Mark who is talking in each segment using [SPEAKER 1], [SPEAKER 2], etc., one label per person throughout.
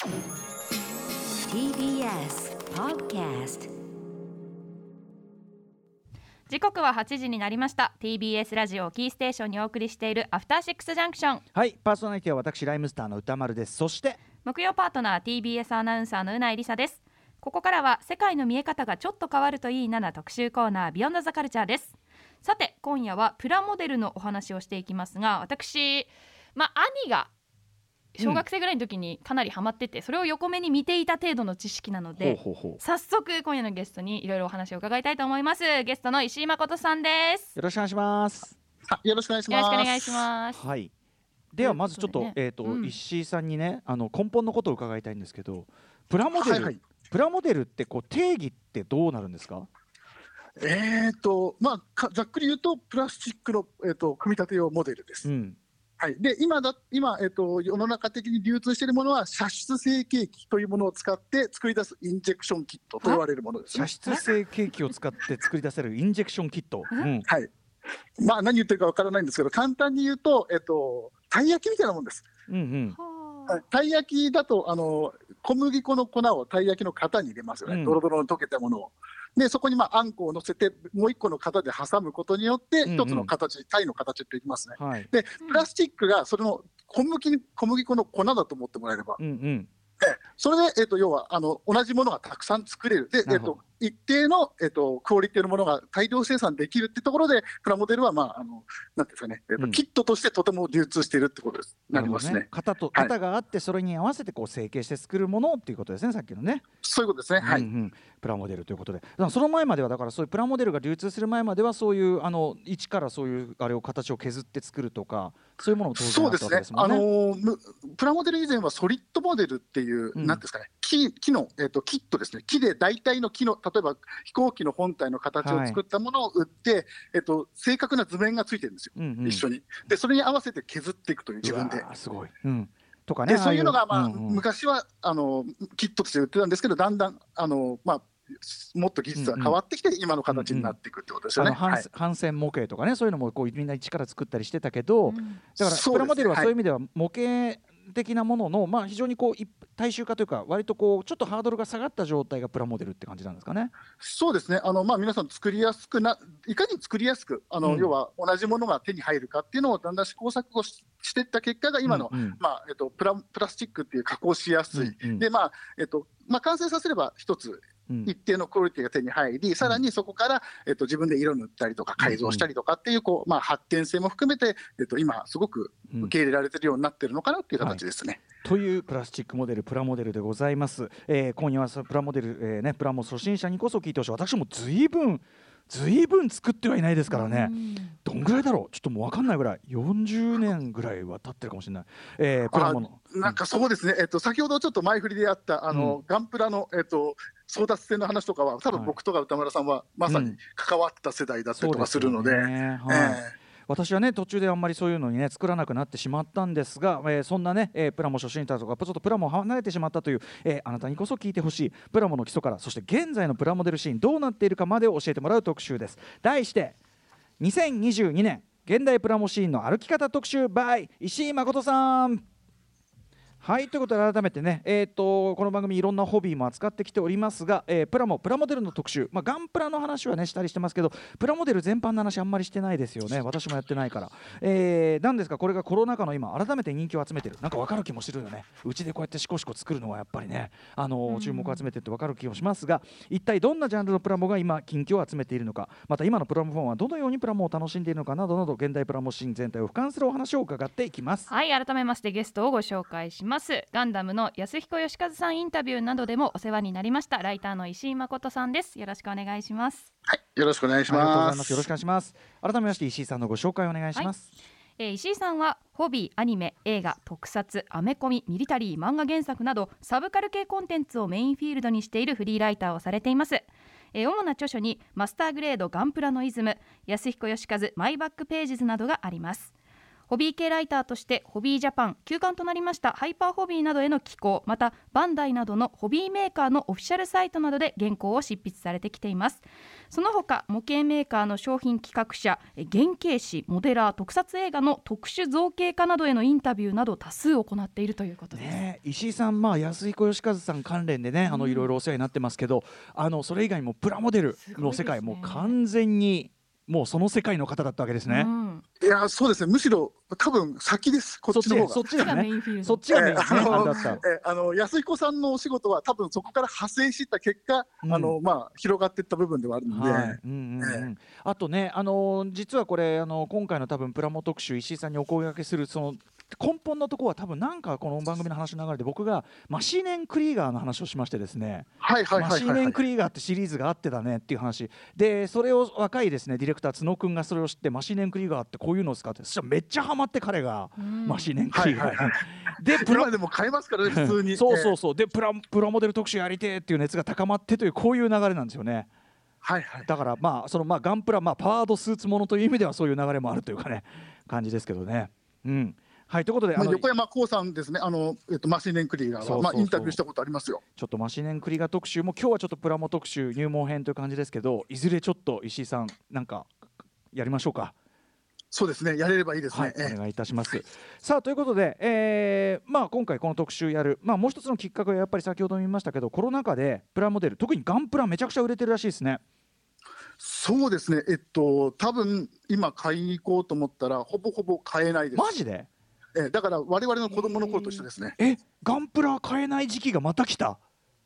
[SPEAKER 1] TBS Podcast。
[SPEAKER 2] 時刻は8時になりました。 TBS ラジオキーステーションにお送りしているアフターシックスジャンクション。
[SPEAKER 3] はい、パーソナリティは私ライムスターの歌丸です。そして
[SPEAKER 2] 木曜パートナー TBS アナウンサーのうないりさです。ここからは世界の見え方がちょっと変わるといいな特集コーナービヨンドザカルチャーです。さて今夜はプラモデルのお話をしていきますが、私、兄が小学生ぐらいの時にかなりハマってて、それを横目に見ていた程度の知識なので、早速今夜のゲストにいろいろお話を伺いたいと思います。ゲストの石井誠さんです。
[SPEAKER 3] よろしくお願いします。
[SPEAKER 4] よろしくお願いします。
[SPEAKER 2] よろしくお願いします。
[SPEAKER 3] はい、ではまずちょっと、石井さんにね、根本のことを伺いたいんですけど、プラモデル、プラモデルってこう定義ってどうなるんですか？
[SPEAKER 4] ざっくり言うとプラスチックの、組み立て用モデルです。はい、で今、世の中的に流通しているものは射出成形機というものを使って作り出すインジェクションキットと言われるものですね。
[SPEAKER 3] 射出成形機を使って作り出せるインジェクションキット、
[SPEAKER 4] はい、何言ってるかわからないんですけど、簡単に言うと、たい焼きみたいなもんです。たい焼きだと小麦粉の粉をたい焼きの型に入れますよね、ドロドロの溶けたものを。でそこにあんこを乗せてもう一個の型で挟むことによって一つの形、タイの形ってできますね。でプラスチックがそれの小麦粉の粉だと思ってもらえれば、それで、要は同じものがたくさん作れる。で、一定の、クオリティのものが大量生産できるってところで、プラモデルは、なんていうんですかね、キットとしてとても流通しているってことです。なりますね。
[SPEAKER 3] 型があって、それに合わせてこう成形して作るものっていうことですね、さっきのね。
[SPEAKER 4] そういうことですね。はい。
[SPEAKER 3] プラモデルということで、その前まではだからそういうプラモデルが流通する前まではそういう一からそういう形を削って作るとか、そういうものを当然あったわけですもんね。
[SPEAKER 4] そうですね。プラモデル以前はソリッドモデルっていう、なんですかね、木の、キットですね。木で大体の木の、例えば飛行機の本体の形を作ったものを売って、正確な図面がついてるんですよ、一緒に。でそれに合わせて削っていくという自分で。
[SPEAKER 3] すごい。とかね、
[SPEAKER 4] でそういうのが、昔はキットとして売ってたんですけど、だんだんもっと技術が変わってきて今の形になっていくってことですよね。
[SPEAKER 3] 反線模型とかね、そういうのもこうみんな一から作ったりしてたけど、だからプラモデルはそういう意味では模型的なものの、非常にこう大衆化というか、割とこうちょっとハードルが下がった状態がプラモデルって感じなんですかね。
[SPEAKER 4] そうですね。皆さん作りやすくいかに作りやすく要は同じものが手に入るかっていうのをだんだん試行錯誤していった結果が今の、プラスチックっていう加工しやすい、で完成させれば一つ一定のクオリティが手に入り、さらにそこから、自分で色塗ったりとか改造したりとかっていう、発展性も含めて、今すごく受け入れられてるようになってるのかなっていう形ですね。
[SPEAKER 3] というプラスチックモデル、プラモデルでございます。今夜はプラモデル、プラモ初心者にこそ聞いてほしい。私も随分作ってはいないですからね。どんぐらいだろう、ちょっともう分かんないぐらい、40年ぐらいは経ってるかもしれない。プラモの
[SPEAKER 4] なんかそうですね、先ほどちょっと前振りであったガンプラの、争奪戦の話とかは多分僕とか歌丸さんはまさに関わった世代だったりとかするので、
[SPEAKER 3] 私はね途中であんまりそういうのにね作らなくなってしまったんですが、そんなね、プラモ初心者とかちょっとプラモを離れてしまったという、あなたにこそ聞いてほしいプラモの基礎から、そして現在のプラモデルシーンどうなっているかまでを教えてもらう特集です。題して2022年現代プラモシーンの歩き方特集 by 石井誠さん。はい、ということで改めてね、この番組いろんなホビーも扱ってきておりますが、プラモデルの特集、ガンプラの話はねしたりしてますけど、プラモデル全般の話あんまりしてないですよね。私もやってないから、なんですか、これがコロナ禍の今改めて人気を集めてる、なんか分かる気もするよね。うちでこうやってシコシコ作るのはやっぱりね、注目を集めてって分かる気もしますが、一体どんなジャンルのプラモが今近畿を集めているのか、また今のプラモファンはどのようにプラモを楽しんでいるのかなどなど、現代プラモシーン全体を俯瞰するお話を伺っていきます。
[SPEAKER 2] はい、改めましてゲストをご紹介します。ガンダムの安彦義和さんインタビューなどでもお世話になりましたライターの石井誠さんです。よろしくお願いします。
[SPEAKER 4] はい、よろしくお願いします。
[SPEAKER 3] よろしくお願いします。改めまして石井さんのご紹介をお願いします。
[SPEAKER 2] 石井さんはホビー、アニメ、映画、特撮、アメコミ、ミリタリー、漫画原作などサブカル系コンテンツをメインフィールドにしているフリーライターをされています。主な著書にマスターグレードガンプラのイズム、安彦義和マイバックページズなどがあります。 ホビー系ライターとしてホビージャパン、休刊となりましたハイパーホビーなどへの寄稿、またバンダイなどのホビーメーカーのオフィシャルサイトなどで原稿を執筆されてきています。その他模型メーカーの商品企画者、原型師、モデラー、特撮映画の特殊造形家などへのインタビューなど多数行っているということです、
[SPEAKER 3] 石井さん、安井小義和さん関連でね、いろいろお世話になってますけど、それ以外にもプラモデルの世界、もう完全にもうその世界の方だったわけですね。
[SPEAKER 4] いやそうですね、むしろ多分先です、こっちの方が。
[SPEAKER 3] そっちがメインフィールド、そっちがメインですね。
[SPEAKER 4] 安彦さんのお仕事は多分そこから派生した結果、広がっていった部分ではあるので、
[SPEAKER 3] あとね、実はこれ今回の多分プラモ特集、石井さんにお声掛けするその根本のところは多分なんかこの番組の話の流れで僕がマシーネン・クリーガーの話をしましてですね、マシーネン・クリーガーってシリーズがあってだねっていう話で、それを若いですねディレクター角君がそれを知って、マシーネン・クリーガーってこういうのですかって、そしたらめっちゃハマって彼がマシーネン・クリーガー
[SPEAKER 4] で今でも買えますからね普通に
[SPEAKER 3] そうでプラモデル特集やりてーっていう熱が高まってという、こういう流れなんですよね。だからガンプラ、パワードスーツものという意味ではそういう流れもあるというかね感じですけどね。はい、ということで
[SPEAKER 4] 横山光さんですね、マシーネン・クリーガーはインタビューしたことありますよ。
[SPEAKER 3] ちょっとマシーネン・クリーガー特集も今日はちょっとプラモ特集入門編という感じですけど、いずれちょっと石井さんなんかやりましょうか。
[SPEAKER 4] そうですね、やれればいいですね。
[SPEAKER 3] お願いいたします。さあということで、今回この特集やる、もう一つのきっかけはやっぱり先ほども言いましたけど、コロナ禍でプラモデル、特にガンプラめちゃくちゃ売れてるらしいですね。
[SPEAKER 4] そうですね、多分今買いに行こうと思ったらほぼほぼ買えないです。
[SPEAKER 3] マジで？
[SPEAKER 4] だから我々の子供の頃と一緒ですね。
[SPEAKER 3] ガンプラ買えない時期がまた来た。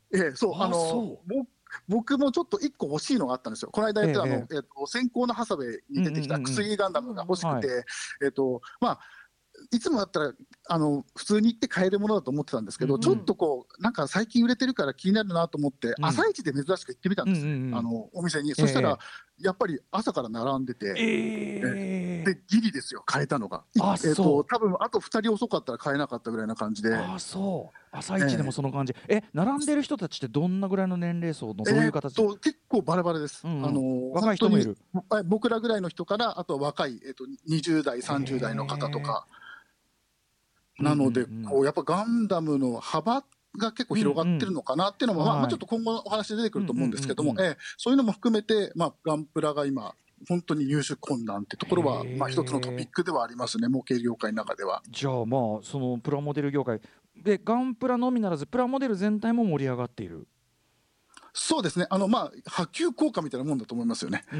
[SPEAKER 4] 僕もちょっと1個欲しいのがあったんですよ。この間やって先行のハサウェイに出てきた薬ガンダムが欲しくて、いつもだったら普通に行って買えるものだと思ってたんですけど、ちょっとなんか最近売れてるから気になるなと思って、朝一で珍しく行ってみたんです、お店に。そしたらやっぱり朝から並んでて、でギリですよ買えたのが。多分あと2人遅かったら買えなかったぐらいな感じで。
[SPEAKER 3] 朝一でもその感じ。並んでる人たちってどんなぐらいの年齢層のどういう形？
[SPEAKER 4] 結構バラバラです。
[SPEAKER 3] 若い人もいる。
[SPEAKER 4] 僕らぐらいの人からあと若い20代30代の方とかなので、やっぱガンダムの幅が結構広がってるのかなっていうのも、ちょっと今後のお話で出てくると思うんですけども、そういうのも含めて、ガンプラが今本当に入手困難ってところは、一つのトピックではありますね、模型業界の中では。
[SPEAKER 3] じゃあそのプラモデル業界でガンプラのみならずプラモデル全体も盛り上がっている。
[SPEAKER 4] そうですね、波及効果みたいなもんだと思いますよね。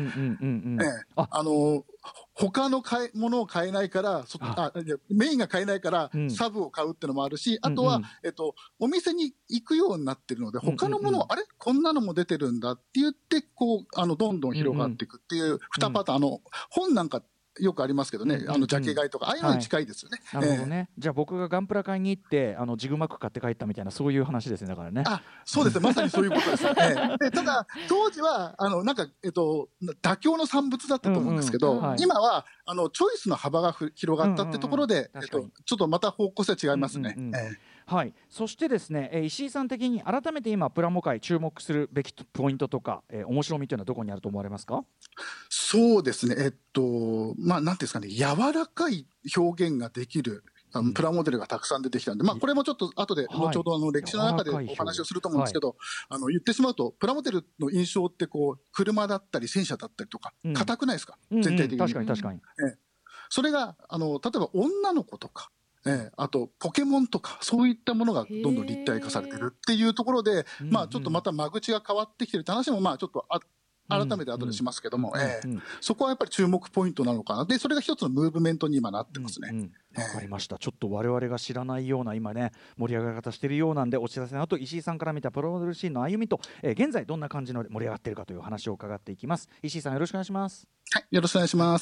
[SPEAKER 4] 他のものを買えないからメインが買えないからサブを買うっていうのもあるし、あとは、お店に行くようになってるので、他のものを、あれこんなのも出てるんだって言ってどんどん広がっていくっていう2パターン、本なんかよくありますけどね、ジャケ買いとかああいうのに近いですよね。
[SPEAKER 3] なるほどね。じゃあ僕がガンプラ買いに行ってジグマック買って帰ったみたいな、そういう話ですね。だからね。
[SPEAKER 4] そうですね、まさにそういうことです。でただ当時はなんか妥協の産物だったと思うんですけど、今はチョイスの幅が広がったってところで、ちょっとまた方向性は違いますね。
[SPEAKER 3] はい、そしてですね、石井さん的に改めて今プラモ界注目するべきポイントとか、面白みというのはどこにあると思われますか？
[SPEAKER 4] そうですね、なんていうんですかね、柔らかい表現ができるプラモデルがたくさん出てきたんで、これもちょっと後で後ほど歴史の中でお話をすると思うんですけど、言ってしまうとプラモデルの印象って車だったり戦車だったりとか硬くないですか、全体的に。
[SPEAKER 3] 確かに確かに。
[SPEAKER 4] それが例えば女の子とかあとポケモンとかそういったものがどんどん立体化されてるっていうところで、ちょっとまた間口が変わってきてるって話もちょっと改めて後でしますけども、そこはやっぱり注目ポイントなのかな。でそれが一つのムーブメントに今なってますね。
[SPEAKER 3] わかりました。ちょっと我々が知らないような今ね盛り上がり方しているようなんで、お知らせの後石井さんから見たプラモデルシーンの歩みと、現在どんな感じの盛り上がっているかという話を伺っていきます。石井さんよろしくお願いします。
[SPEAKER 4] はい、よろしくお願いします。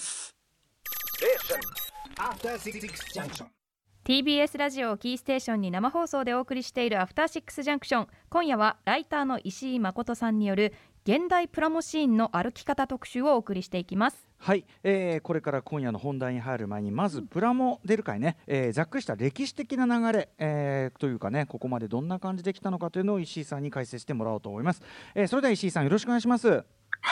[SPEAKER 2] TBS ラジオをキーステーションに生放送でお送りしているアフターシックスジャンクション。今夜はライターの石井誠さんによる現代プラモシーンの歩き方特集をお送りしていきます。
[SPEAKER 3] はい、これから今夜の本題に入る前にまずプラモデル界ね、ざっくりした歴史的な流れ、というかね、ここまでどんな感じできたのかというのを石井さんに解説してもらおうと思います。それでは石井さんよろしくお願いします。
[SPEAKER 4] はい、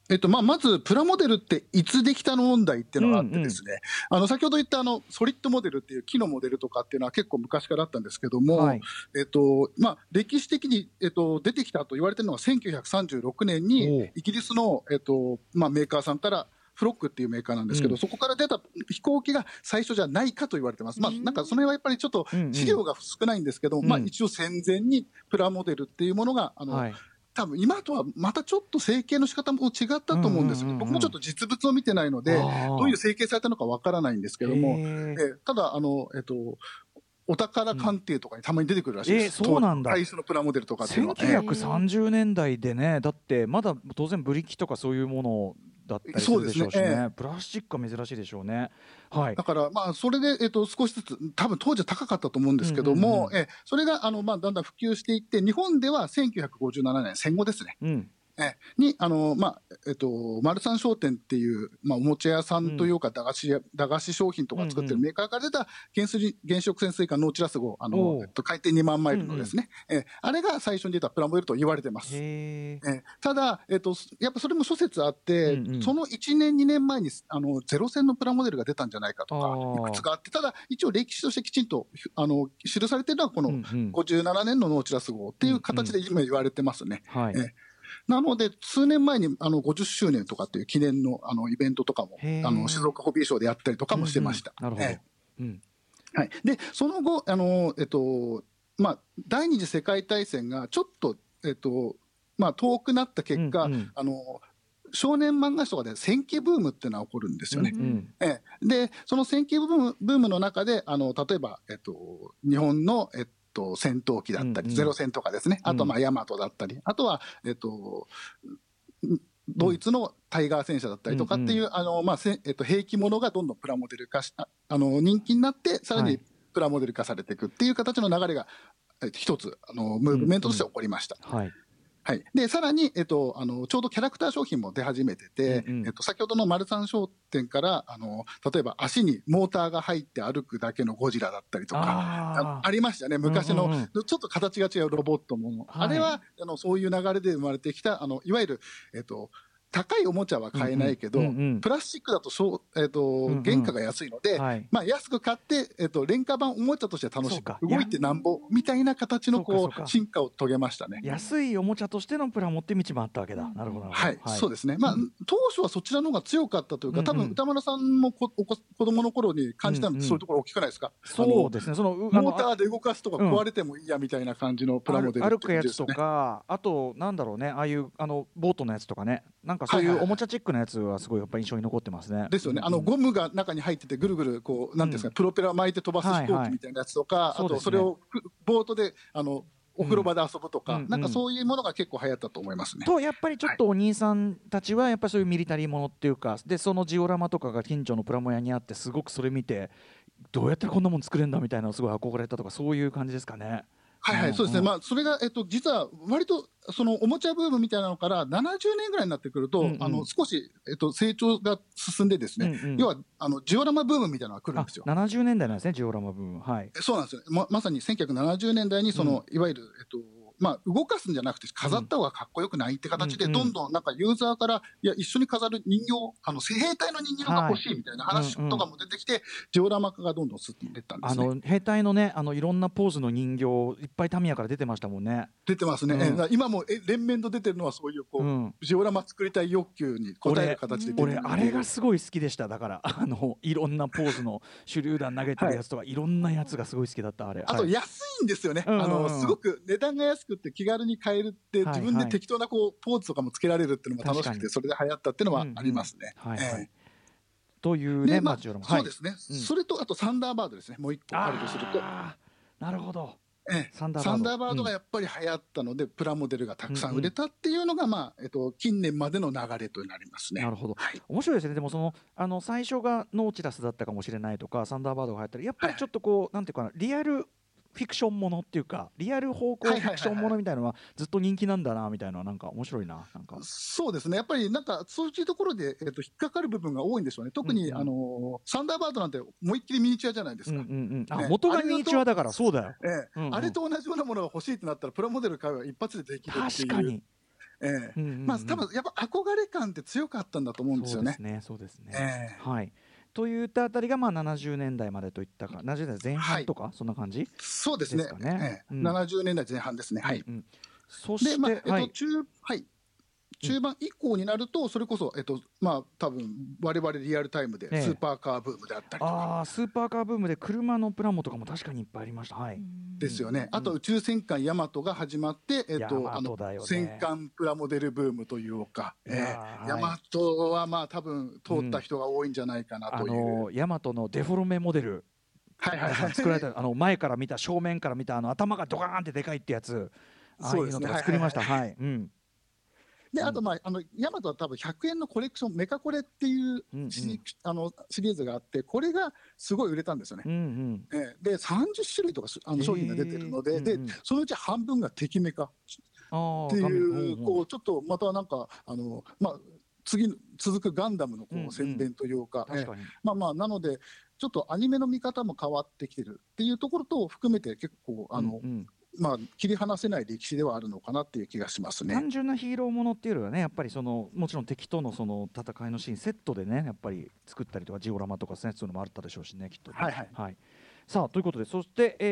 [SPEAKER 4] まずプラモデルっていつできたの問題っていうのがあってですね、先ほど言ったソリッドモデルっていう木のモデルとかっていうのは結構昔からあったんですけども、
[SPEAKER 3] はい、
[SPEAKER 4] 歴史的に、出てきたと言われてるのが1936年にイギリスの、メーカーさんからフロックっていうメーカーなんですけど、そこから出た飛行機が最初じゃないかと言われてます。なんかその辺はやっぱりちょっと資料が少ないんですけど、一応戦前にプラモデルっていうものが多分今とはまたちょっと成形の仕方も違ったと思うんですよね。僕もちょっと実物を見てないのでどういう成形されたのかわからないんですけども、ただお宝鑑定とかにたまに出てくるらしいです。
[SPEAKER 3] そうなんだ。
[SPEAKER 4] 最初のプラモデルとかっていうのは
[SPEAKER 3] 1930年代でね、だってまだ当然ブリキとかそういうものだったりするでしょうしね。プラスチックは珍しいでしょうね。はい、
[SPEAKER 4] だからそれで、少しずつ多分当時は高かったと思うんですけども、それがだんだん普及していって日本では1957年戦後ですね、にマルサン商店っていう、おもちゃ屋さんというか駄菓子商品とか作ってるメーカーから出た原子力潜水艦ノーチラス号海底2万マイルのですね、あれが最初に出たプラモデルと言われてます。ただ、やっぱそれも諸説あって、その1年2年前にゼロ戦のプラモデルが出たんじゃないかとかいくつかあって、ただ一応歴史としてきちんと記されているのはこの57年のノーチラス号っていう形で今言われてますね。なので数年前に50周年とかっていう記念のイベントとかも静岡ホビーショーでやったりとかもしてました。でその後第二次世界大戦がちょっと遠くなった結果、少年漫画誌とかで戦記ブームっていうのは起こるんですよね。でその戦記ブームの中で例えば、日本の戦闘機だったりゼロ戦とかですね、あとヤマトだったり、あとはドイツのタイガー戦車だったりとかっていう兵器ものがどんどんプラモデル化し人気になって、さらにプラモデル化されていくっていう形の流れが一つムーブメントとして起こりました。でさらに、ちょうどキャラクター商品も出始めてて、先ほどのマルサン商店から例えば足にモーターが入って歩くだけのゴジラだったりとか ありましたね。昔のちょっと形が違うロボットもあれはそういう流れで生まれてきたいわゆる高いおもちゃは買えないけど、プラスチックだと原価が安いので、安く買って廉価版おもちゃとして楽しく動いてなんぼみたいな形の進化を遂げましたね。
[SPEAKER 3] 安いおもちゃとしてのプラモって道もあったわけだ。なるほど。
[SPEAKER 4] そうですね。当初はそちらの方が強かったというか、多分歌丸さんも子供の頃に感じたのってそういうところ大きくないですか？
[SPEAKER 3] そうですね。
[SPEAKER 4] モーターで動かすとか壊れてもいいやみたいな感じのプラモデル
[SPEAKER 3] 歩くやつとか、あとなんだろうね、ああいうボートのやつとかね、なんかそういうおもちゃチックなやつはすごいやっぱ印象に残ってますね。
[SPEAKER 4] ですよね。ゴムが中に入っててぐるぐるこうなんていうんですか、プロペラ巻いて飛ばす飛行機みたいなやつとか、あとそれをボートでお風呂場で遊ぶとか、なんかそういうものが結構流行ったと思いますね。
[SPEAKER 3] とやっぱりちょっとお兄さんたちはやっぱりそういうミリタリーものっていうかで、そのジオラマとかが近所のプラモ屋にあってすごくそれ見てどうやってこんなもん作れるんだみたいなのすごい憧れたとか、そういう感じですかね。
[SPEAKER 4] そうですね。それが実は割とそのおもちゃブームみたいなのから70年ぐらいになってくると、少し成長が進んでですね、要はジオラマブームみたいなのが来るんですよ。
[SPEAKER 3] 70年代なんですね、ジオラマブーム。
[SPEAKER 4] そうなんですよ。まさに1970年代にいわゆる動かすんじゃなくて飾った方がかっこよくないって形で、どんどんなんかユーザーからいや一緒に飾る人形兵隊の人形が欲しいみたいな話とかも出てきて、ジオラマ化がどんどん進んでいったんですね。
[SPEAKER 3] 兵隊のねいろんなポーズの人形いっぱいタミヤから出てましたもんね。
[SPEAKER 4] 出てますね。今も連綿と出てるのはそういうジオラマ作りたい欲求に応える形で出てる。
[SPEAKER 3] 俺あれがすごい好きでした。だからいろんなポーズの手榴弾投げてるやつとか、いろんなやつがすごい好きだった。あれ
[SPEAKER 4] あと安いんですよね。すごく値段が安くて気軽に買えるって、自分で適当なポーズとかもつけられるっていうのも楽しくて、それで流行ったっていうのはありますね。
[SPEAKER 3] というね、
[SPEAKER 4] そうですね。それとあとサンダーバードですね。もう一個あるとすると。
[SPEAKER 3] なるほど。
[SPEAKER 4] サンダーバードがやっぱり流行ったので、プラモデルがたくさん売れたっていうのが近年までの流れとなりますね。
[SPEAKER 3] なるほど。面白いですね。でも最初がノーチラスだったかもしれないとか、サンダーバードが流行ったり、やっぱりちょっとなんていうかな、リアルフィクションものっていうか、リアル方向フィクションものみたいなのはずっと人気なんだなみたいな、なんか面白いな。なんか
[SPEAKER 4] そうですね。やっぱりなんかそういうところで引っかかる部分が多いんでしょうね。特にサンダーバードなんて思いっきりミニチュアじゃないですか。
[SPEAKER 3] 元がミニチュアだからそうだよ。
[SPEAKER 4] あれと同じようなものが欲しいってなったらプラモデル買えば一発でできるっていう。
[SPEAKER 3] 確かに。
[SPEAKER 4] まあ多分やっぱ憧れ感って強かったんだと思うんですよね。
[SPEAKER 3] そうですね。はい。といったあたりがまあ70年代までといったか、70年代前半とか、そんな感じ
[SPEAKER 4] そうですね。70年代前半ですね。はい。
[SPEAKER 3] そして
[SPEAKER 4] 中盤以降になると、それこそ、まあ、多分我々リアルタイムでスーパーカーブームであったりとか、
[SPEAKER 3] スーパーカーブームで車のプラモとかも確かにいっぱいありました。
[SPEAKER 4] ですよね。あと宇宙戦艦ヤマトが始まって、戦艦プラモデルブームというか、ヤマトはまあ多分通った人が多いんじゃないかなという。
[SPEAKER 3] ヤマトのデフォルメモデル作られた、前から見た、正面から見た頭がドカーンってでかいってやつ、ああいうのとか作りました。
[SPEAKER 4] で、あと、ヤマトは多分100円のコレクション、メカコレっていうシリーズがあって、これがすごい売れたんですよね。で、30種類とか商品が出てるので、そのうち半分が敵メカっていう、ちょっとまたなんか、続くガンダムの宣伝というか、なので、ちょっとアニメの見方も変わってきてるっていうところと含めて、結構、切り離せない歴史ではあるのかなっていう気がしますね。
[SPEAKER 3] 単純なヒーローものっていうよりはね、やっぱりもちろん敵との戦いのシーンセットでね、やっぱり作ったりとかジオラマとかそういうのもあったでしょうしね、きっとね。さあということで、そして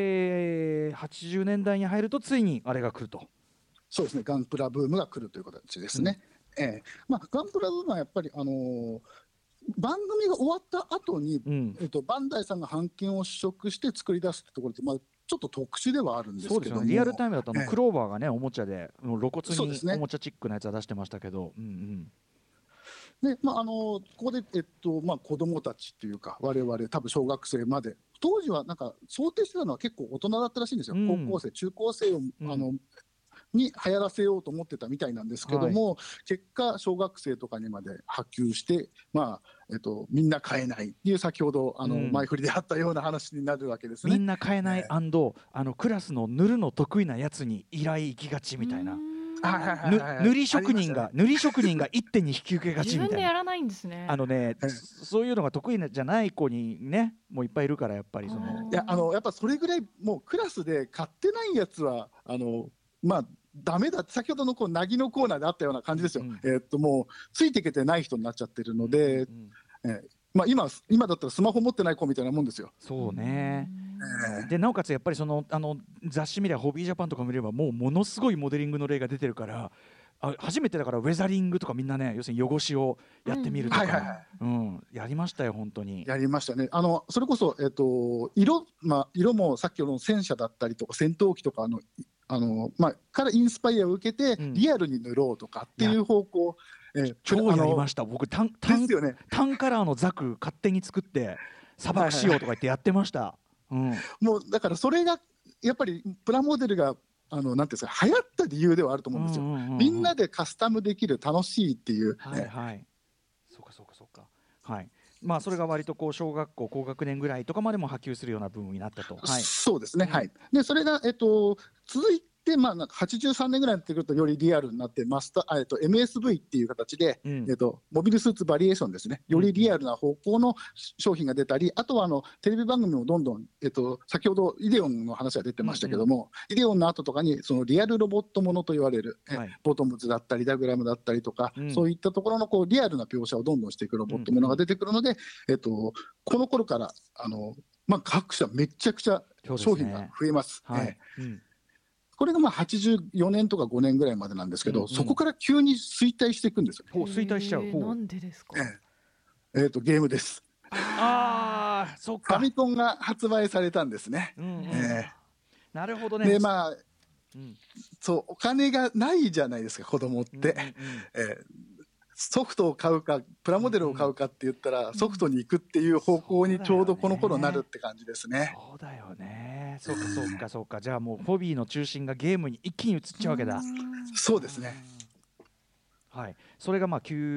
[SPEAKER 3] 、80年代に入るとついにあれが来ると。
[SPEAKER 4] そうですね、ガンプラブームが来るという形ですね。ガンプラブームはやっぱり番組が終わった後に、バンダイさんが版権を取得して作り出すってところって、ちょっと特殊ではあるんですけども、
[SPEAKER 3] リアルタイムだとクローバーがね、おもちゃで露骨におもちゃチックなやつは出してましたけど、
[SPEAKER 4] でここで、子どもたちっていうか、我々多分小学生まで、当時はなんか想定してたのは結構大人だったらしいんですよ。高校生中高生をに流行らせようと思ってたみたいなんですけども、結果小学生とかにまで波及して、みんな買えないっていう、先ほど前振りであったような話になるわけですね。
[SPEAKER 3] みんな買えない、クラスの塗るの得意なやつに依頼行きがちみたいな。塗り職人が一手に引き受けがちみたいな。
[SPEAKER 2] 自分でやらないんですね。
[SPEAKER 3] そういうのが得意じゃない子にね、もういっぱいいるから、やっぱり
[SPEAKER 4] やっぱそれぐらいもうクラスで買ってないやつはダメだって、先ほどのなぎのコーナーであったような感じですよ。もうついていけてない人になっちゃってるので、今だったらスマホ持ってない子みたいなもんですよ。
[SPEAKER 3] そうね。でなおかつやっぱり雑誌見れば、ホビージャパンとか見れば、ものすごいモデリングの例が出てるから、初めてだからウェザリングとかみんなね、要するに汚しをやってみるとか、やりましたよ、本当に。
[SPEAKER 4] やりましたね。それこそ、色もさっきの戦車だったりとか戦闘機とかからインスパイアを受けてリアルに塗ろうとかっていう方向、
[SPEAKER 3] 超やりました。僕タンカラーのザク勝手に作って砂漠仕様とか言ってやってました。
[SPEAKER 4] もうだからそれがやっぱりプラモデルがなんていうんですか、流行った理由ではあると思うんですよ。みんなでカスタムできる、楽しいっていう。
[SPEAKER 3] そうか。それが割と小学校高学年ぐらいとかまでも波及するような部分になったと。
[SPEAKER 4] そうですね。でそれが続いてなんか83年ぐらいになってくるとよりリアルになって、MSV っていう形で、モビルスーツバリエーションですね、よりリアルな方向の商品が出たり、あとはテレビ番組もどんどん、先ほどイデオンの話が出てましたけども、イデオンの後とかにそのリアルロボットものと言われる、ボトムズだったりダグラムだったりとか、そういったところのリアルな描写をどんどんしていくロボットものが出てくるので、この頃から各社めちゃくちゃ商品が増えます。これが84年とか5年ぐらいまでなんですけど、そこから急に衰退していくんですよ。
[SPEAKER 3] 衰退しちゃう。
[SPEAKER 2] なんでですか？
[SPEAKER 4] ゲームです。
[SPEAKER 3] そっか。
[SPEAKER 4] ファミコンが発売されたんですね。
[SPEAKER 3] なるほどね。
[SPEAKER 4] でそうお金がないじゃないですか、子供って。ソフトを買うかプラモデルを買うかって言ったら、ソフトに行くっていう方向にちょうどこの頃なるって感じですね。
[SPEAKER 3] そうだよね。そうか。じゃあもうホビーの中心がゲームに一気に移っちゃうわけだ。
[SPEAKER 4] そうですね。
[SPEAKER 3] それが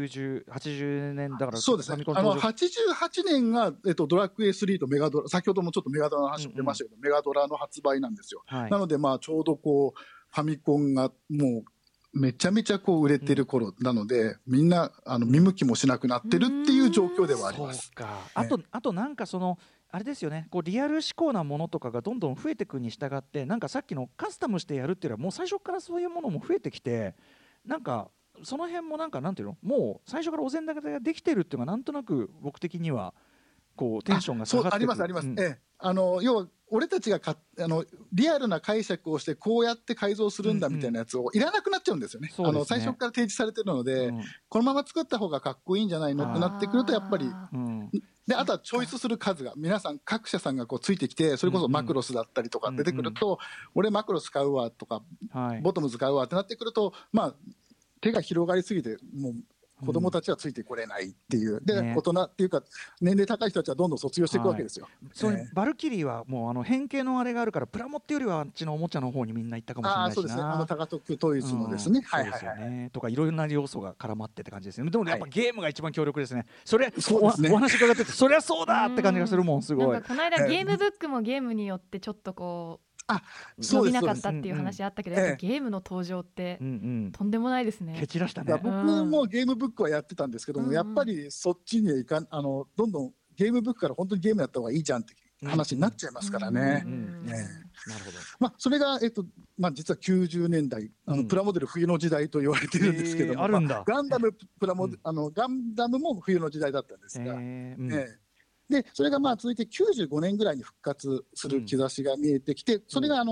[SPEAKER 3] 80年だから。
[SPEAKER 4] そうですね。88年がドラクエ3とメガドラ、先ほどもちょっとメガドラの話も出ましたけど、メガドラの発売なんですよ。なのでちょうどファミコンがもうめちゃめちゃ売れてる頃なので、みんな見向きもしなくなってるっていう状況ではあります。
[SPEAKER 3] あとなんかあれですよね、リアル志向なものとかがどんどん増えていくに従って、なんかさっきのカスタムしてやるっていうのはもう最初からそういうものも増えてきて、 なんかその辺もなんていうの、もう最初からお膳立てができてるっていうのがなんとなく僕的にはこうテンションが下がってくる。
[SPEAKER 4] あります、要は俺たちがリアルな解釈をしてこうやって改造するんだみたいなやつをいらなくなっちゃうんですよね。最初から提示されてるので、このまま作った方がかっこいいんじゃないのってなってくるとやっぱり、であとはチョイスする数が皆さん各社さんがこうついてきて、それこそマクロスだったりとか出てくると、俺マクロス買うわとか、ボトムズ買うわってなってくると、手が広がりすぎてもう子供たちはついてこれないっていう、で、大人っていうか年齢高い人たちはどんどん卒業していくわけですよ。
[SPEAKER 3] バルキリーはもう変形のあれがあるからプラモっていうよりはあっちのおもちゃの方にみんな行ったかもしれないしな。
[SPEAKER 4] そうですね、タカトクトイズのですね、
[SPEAKER 3] とかいろいろな要素が絡まってって感じですね。でもやっぱゲームが一番強力ですね。それ
[SPEAKER 4] そうですね、
[SPEAKER 3] お話伺っててそりゃそうだって感じがするもん。すごい。
[SPEAKER 2] なんかこの間ゲームブックもゲームによってちょっとこう伸びなかったっていう話あったけど、やっぱゲームの登場ってとんでもないですね。
[SPEAKER 3] 蹴散らしたね。
[SPEAKER 4] 僕もゲームブックはやってたんですけども、やっぱりそっちにはいかん、どんどんゲームブックから本当にゲームやった方がいいじゃんって話になっちゃいますからね。
[SPEAKER 3] なるほど。
[SPEAKER 4] それが実は90年代プラモデル冬の時代と言われてるんですけども、ガンダムも冬の時代だったんですが。でそれが続いて95年ぐらいに復活する兆しが見えてきて、それが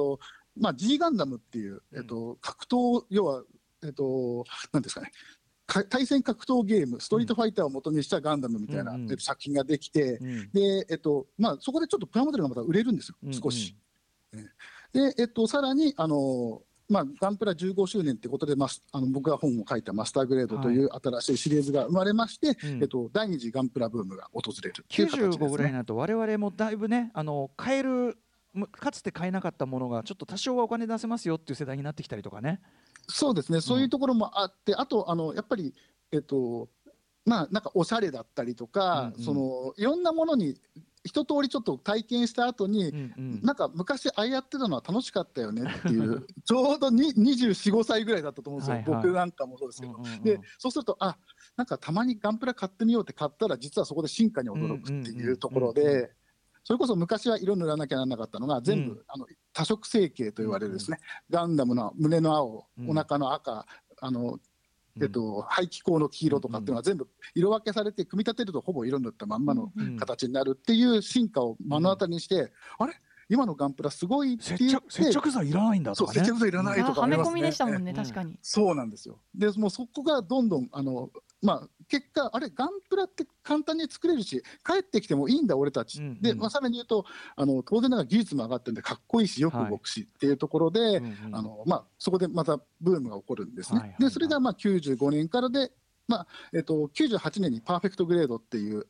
[SPEAKER 4] G ガンダムっていう、格闘、要は何ですかね、対戦格闘ゲームストリートファイターを元にしたガンダムみたいな作品ができて、でそこでちょっとプラモデルがまた売れるんですよ、少し。でさらにガンプラ15周年ということで、僕が本を書いたマスターグレードという新しいシリーズが生まれまして、第二次ガンプラブームが訪れるっていう形ですね。
[SPEAKER 3] 95ぐらいになると我々もだいぶね、買える、かつて買えなかったものがちょっと多少はお金出せますよっていう世代になってきたりとかね。
[SPEAKER 4] そうですね、そういうところもあって、あとやっぱりなんかおしゃれだったりとか、いろんなものに一通りちょっと体験した後に、なんか昔やってたのは楽しかったよねっていうちょうど24、5歳ぐらいだったと思うんですよ、僕なんかもそうですけど。でそうするとなんかたまにガンプラ買ってみようって買ったら実はそこで進化に驚くっていうところで、それこそ昔は色塗らなきゃならなかったのが全部、多色成形と言われるですね、ガンダムの胸の青、お腹の赤、排気口の黄色とかっていうのは全部色分けされて、組み立てるとほぼ色塗ったまんまの形になるっていう進化を目の当たりにして、あれ今のガンプラすごいって言って、
[SPEAKER 3] 接着剤いらないんだとかね。
[SPEAKER 4] 接着剤いらないとかありますね。
[SPEAKER 2] はめ込みでしたもんね、確かに。
[SPEAKER 4] そうなんですよ。でもうそこがどんどん結果ガンプラって簡単に作れるし帰ってきてもいいんだ俺たち、でさらに言うと当然ながら技術も上がってるんでかっこいいしよく動くしっていうところで、そこでまたブームが起こるんですね。でそれが95年からで、98年にパーフェクトグレードっていう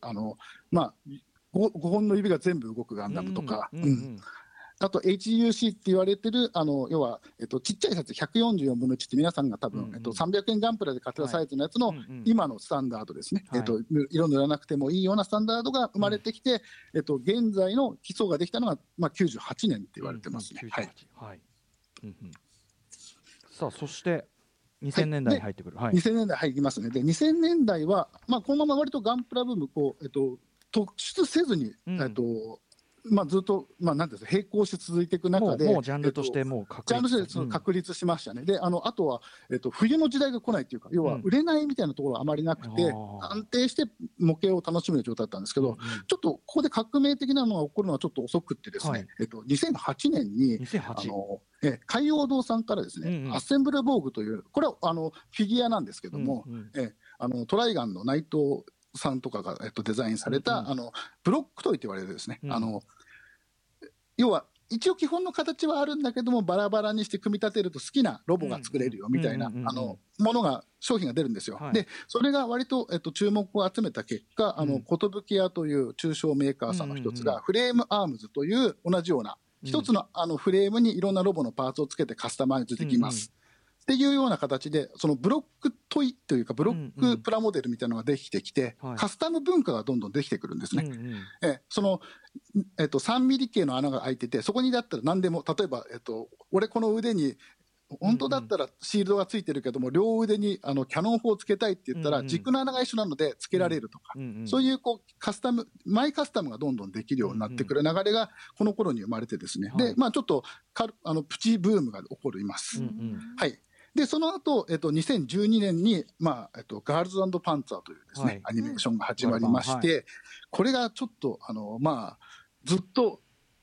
[SPEAKER 4] 5本の指が全部動くガンダムとか、あと HUC って言われてる要は、ちっちゃいサイズ144分の1って皆さんが多分、300円ガンプラで買ってたサイズのやつの今のスタンダードですね、色塗らなくてもいいようなスタンダードが生まれてきて、現在の基礎ができたのが、98年って言われてますね。
[SPEAKER 3] さあそして2000年代に入ってくる。
[SPEAKER 4] 2000年代入りますね。で2000年代は、このまま割とガンプラブーム突出せずに、ずっと、なんですか、並行して続いていく中で、
[SPEAKER 3] もうジャンルとしてもう
[SPEAKER 4] 確立しましたね。であとは、冬の時代が来ないというか、要は売れないみたいなところはあまりなくて、安定して模型を楽しめる状態だったんですけど、ちょっとここで革命的なのが起こるのはちょっと遅くってですね、2008年に海洋堂さんからですね、アッセンブルボーグという、これはフィギュアなんですけども、トライガンの内藤さんとかが、デザインされた、ブロックトイと言われるですね、要は一応基本の形はあるんだけどもバラバラにして組み立てると好きなロボが作れるよみたいなものが商品が出るんですよ。でそれが割と、注目を集めた結果寿屋という中小メーカーさんの一つが、フレームアームズという同じような一つのフレームにいろんなロボのパーツをつけてカスタマイズできますっていうような形で、そのブロックトイというかブロックプラモデルみたいなのができてきて、カスタム文化がどんどんできてくるんですね。その3ミリ径の穴が開いてて、そこにだったら何でも、例えば、俺この腕に本当だったらシールドがついてるけども両腕にキャノン砲をつけたいって言ったら、軸の穴が一緒なのでつけられるとか、そういうマイカスタムがどんどんできるようになってくる流れがこの頃に生まれてですね、でちょっとプチブームが起こります。 でその後、2012年に、ガールズ&パンツァーというですね、アニメーションが始まりまして、これがちょっとずっと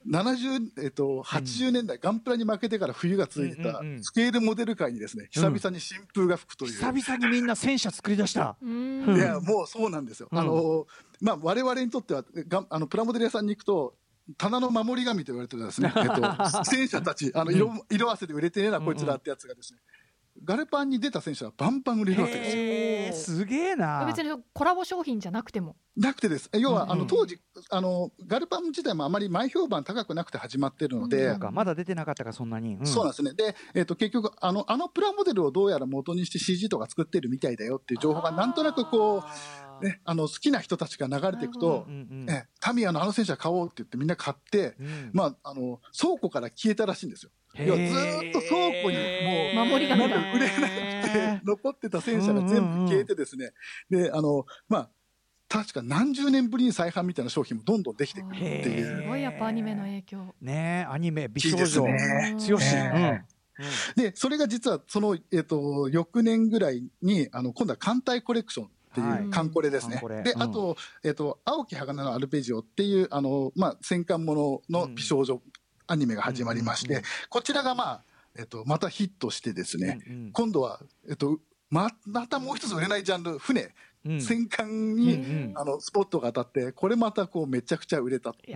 [SPEAKER 4] 80年代、ガンプラに負けてから冬が続いたスケールモデル界にですね、久々に新風が吹くという、
[SPEAKER 3] 久々にみんな戦車作り出した。
[SPEAKER 4] いやもうそうなんですよ。我々にとってはプラモデル屋さんに行くと棚の守り神と言われてるですね、戦車たち色あせで売れてねえなこいつらってやつがですね、ガルパンに出た戦車はバンバン売れるわけですよ。
[SPEAKER 3] すげえな。
[SPEAKER 2] 別にコラボ商品じゃなくても。
[SPEAKER 4] なくてです。要は当時ガルパン自体もあまり前評判高くなくて始まってるので、
[SPEAKER 3] まだ出てなかったかそんなに。
[SPEAKER 4] そうなんですね。で、結局あのプラモデルをどうやら元にして CG とか作ってるみたいだよっていう情報がなんとなくこうね、好きな人たちが流れていくと、タミヤの戦車買おうって言ってみんな買って、倉庫から消えたらしいんですよ。要はずっと倉庫にもう
[SPEAKER 2] 守り神が
[SPEAKER 4] 売れなくて残ってた戦車が全部消えてですね、で確か何十年ぶりに再販みたいな商品もどんどんできてくるっていう。
[SPEAKER 2] すごいやっぱアニメの影響
[SPEAKER 3] ね。アニメ美少女強し。
[SPEAKER 4] でそれが実はその翌年ぐらいに今度は艦隊コレクションっていう艦コレですね。であと青き鋼のアルペジオっていう戦艦ものの美少女アニメが始まりまして、こちらがまたヒットしてですね、今度はまたもう一つ売れないジャンル船、戦艦にスポットが当たって、これまたこうめちゃくちゃ売れたと。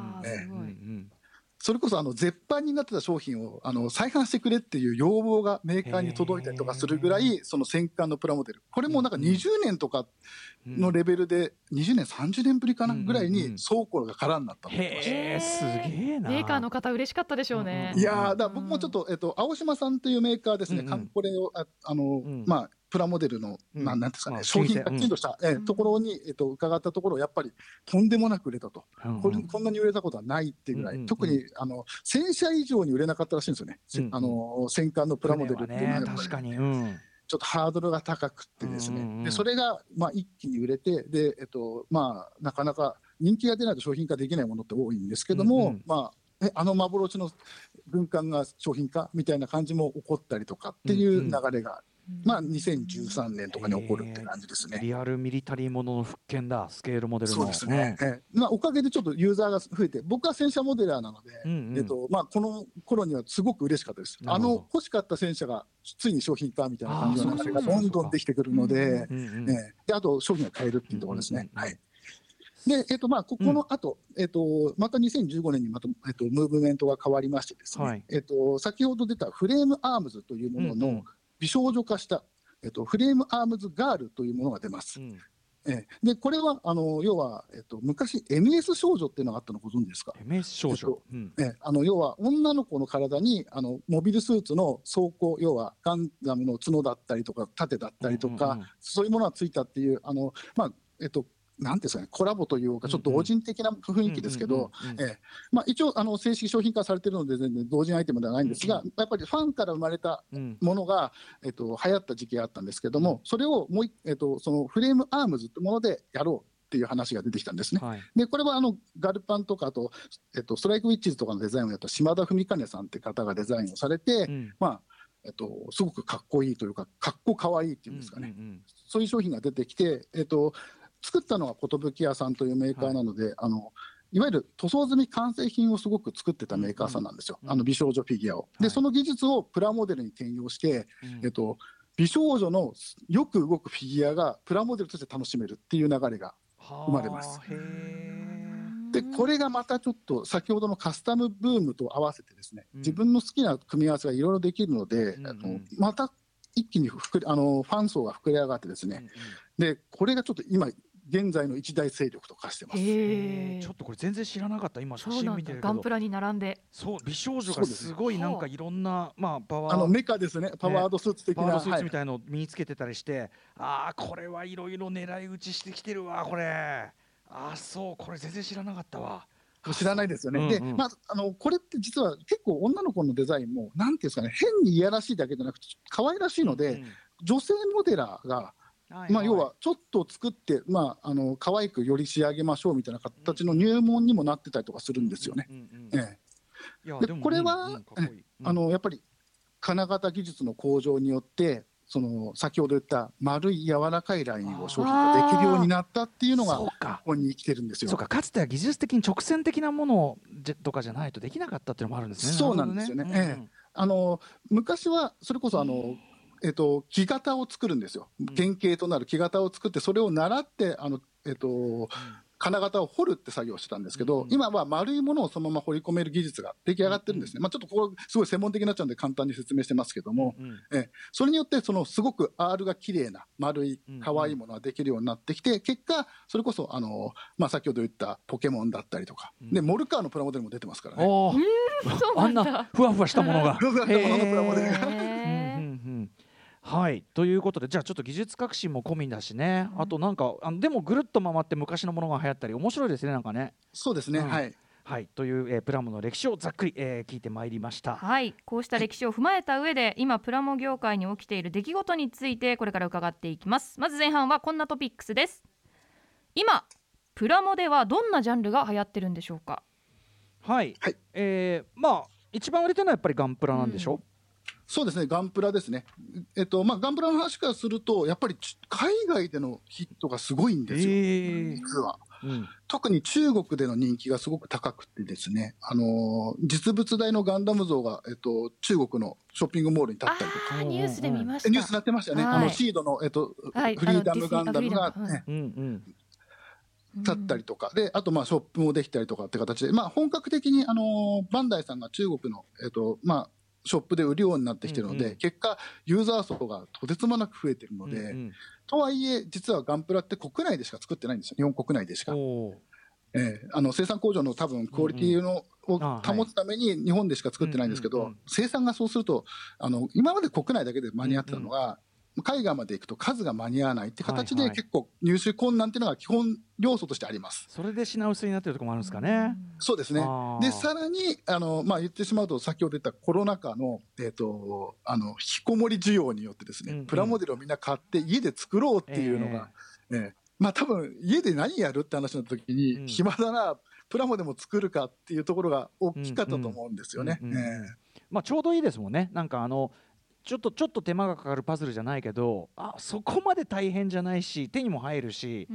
[SPEAKER 4] それこそ絶版になってた商品を再販してくれっていう要望がメーカーに届いたりとかするぐらい、その戦艦のプラモデル、これもなんか20年とかのレベルで、20年30年ぶりかなぐらいに倉庫が空になったの。
[SPEAKER 3] すげえな。
[SPEAKER 2] メーカーの方嬉しかったでしょうね。
[SPEAKER 4] いやだ僕もちょっと青島さんというメーカーですね、これをプラモデルのなんですかね、商品がきちんとしたところに伺ったところ、やっぱりとんでもなく売れたと。こんなに売れたことはないっていうぐらい、特に1000社以上に売れなかったらしいんですよね、戦艦のプラモデルっていうのは。確かにちょっとハードルが高くってですね、でそれが一気に売れて、でなかなか人気が出ないと商品化できないものって多いんですけども、幻の軍艦が商品化みたいな感じも起こったりとかっていう流れが2013年とかに起こるって感じですね。
[SPEAKER 3] リアルミリタリーものの復権だ、スケールモデルの。
[SPEAKER 4] そうですね。おかげでちょっとユーザーが増えて、僕は戦車モデラーなので、この頃にはすごく嬉しかったです。欲しかった戦車がついに商品化みたいな感じの流れがどんどんできてくるので、あと商品が買えるっていうところですね。でここの後、また2015年にムーブメントが変わりましてですね、先ほど出たフレームアームズというものの美少女化した、フレームアームズガールというものが出ます。でこれは要は、昔 MS 少女っていうのがあったのご存知ですか。
[SPEAKER 3] MS 少女、
[SPEAKER 4] 要は女の子の体にモビルスーツの装甲、要はガンダムの角だったりとか盾だったりとか、そういうものがついたっていうなんていうんですかね、コラボというかちょっと同人的な雰囲気ですけど、一応正式商品化されているので全然同人アイテムではないんですが、やっぱりファンから生まれたものが流行った時期があったんですけども、それをもうそのフレームアームズというものでやろうっていう話が出てきたんですね。でこれはガルパンとかストライクウィッチズとかのデザインをやった島田文兼さんって方がデザインをされて、すごくかっこいいというかかっこかわいいっていうんですかね、そういう商品が出てきて、作ったのは寿屋さんというメーカーなので、いわゆる塗装済み完成品をすごく作ってたメーカーさんなんですよ、美少女フィギュアを。でその技術をプラモデルに転用して、美少女のよく動くフィギュアがプラモデルとして楽しめるっていう流れが生まれます。でこれがまたちょっと先ほどのカスタムブームと合わせてですね、自分の好きな組み合わせがいろいろできるので、また一気にファン層が膨れ上がってですね、でこれがちょっと今現在の一大勢力と化してます。
[SPEAKER 3] ちょっとこれ全然知らなかった。今写真見てるけど、
[SPEAKER 2] ガンプラに並んで、
[SPEAKER 3] そう美少女がすごいなんかいろんなパワー
[SPEAKER 4] メカですね、パワードスーツ的な、
[SPEAKER 3] パワードスーツみたいのを身につけてたりして、これはいろいろ狙い撃ちしてきてるわこれ。そうこれ全然知らなかったわ。
[SPEAKER 4] 知らないですよね。でこれって実は結構女の子のデザインもなんていうんですかね、変にいやらしいだけじゃなくて可愛らしいので、女性モデラーが要はちょっと作って可愛くより仕上げましょうみたいな形の入門にもなってたりとかするんですよね。でこれはやっぱり金型技術の向上によってその先ほど言った丸い柔らかいラインを商品化できるようになったっていうのがここに生きてるんですよ。
[SPEAKER 3] そうか、かつては技術的に直線的なものとかじゃないとできなかったっていうのもあるんですね。
[SPEAKER 4] そうなんですよね。昔はそれこそ木型を作るんですよ。原型となる木型を作ってそれを習って金型を彫るって作業をしてたんですけど、今は丸いものをそのまま彫り込める技術が出来上がってるんですね。ちょっとここすごい専門的になっちゃうんで簡単に説明してますけども、それによってそのすごく R が綺麗な丸い可愛いものができるようになってきて、結果それこそ先ほど言ったポケモンだったりとか、でモルカーのプラモデルも出てますからね。
[SPEAKER 3] あんなふわふわしたものが
[SPEAKER 4] ふわふわしたもののプラモデルが
[SPEAKER 3] はい、ということで、じゃあちょっと技術革新も込みだしね、あとなんかでもぐるっと回って昔のものが流行ったり面白いですね、なんかね。
[SPEAKER 4] そうですね、
[SPEAKER 3] はい、という、プラモの歴史をざっくり、聞いてまいりました。
[SPEAKER 2] はい、こうした歴史を踏まえた上で、今プラモ業界に起きている出来事についてこれから伺っていきます。まず前半はこんなトピックスです。今プラモではどんなジャンルが流行ってるんでしょうか。
[SPEAKER 3] はい、一番売れてるのはやっぱりガンプラなんでしょ。
[SPEAKER 4] そうですね、ガンプラですね。ガンプラの話からすると、やっぱり海外でのヒットがすごいんですよ、実は。特に中国での人気がすごく高くてですね、実物大のガンダム像が、中国のショッピングモールに立ったりとか。
[SPEAKER 2] ニュースで見ました。
[SPEAKER 4] ニュースになってましたよね。シードの、フリーダムガンダムが、立ったりとかで、あとショップもできたりとかって形で、本格的にバンダイさんが中国の、ショップで売るようになってきてるので、結果ユーザー層がとてつもなく増えてるので、とはいえ実はガンプラって国内でしか作ってないんですよ、日本国内でしか。生産工場の多分クオリティを保つために日本でしか作ってないんですけど、生産がそうすると今まで国内だけで間に合ってたのが、海外まで行くと数が間に合わないって形で、結構入手困難っていうのが基本要素としてあります。
[SPEAKER 3] それで品薄になってるところもあるんですかね。
[SPEAKER 4] そうですね。でさらに言ってしまうと、先ほど言ったコロナ禍の引きこもり需要によってですね、プラモデルをみんな買って家で作ろうっていうのが、多分家で何やるって話の時に、暇だなプラモでも作るかっていうところが大きかったと思うんですよね。
[SPEAKER 3] ちょうどいいですもんね。なんかちょっと手間がかかるパズルじゃないけど、そこまで大変じゃないし手にも入るし、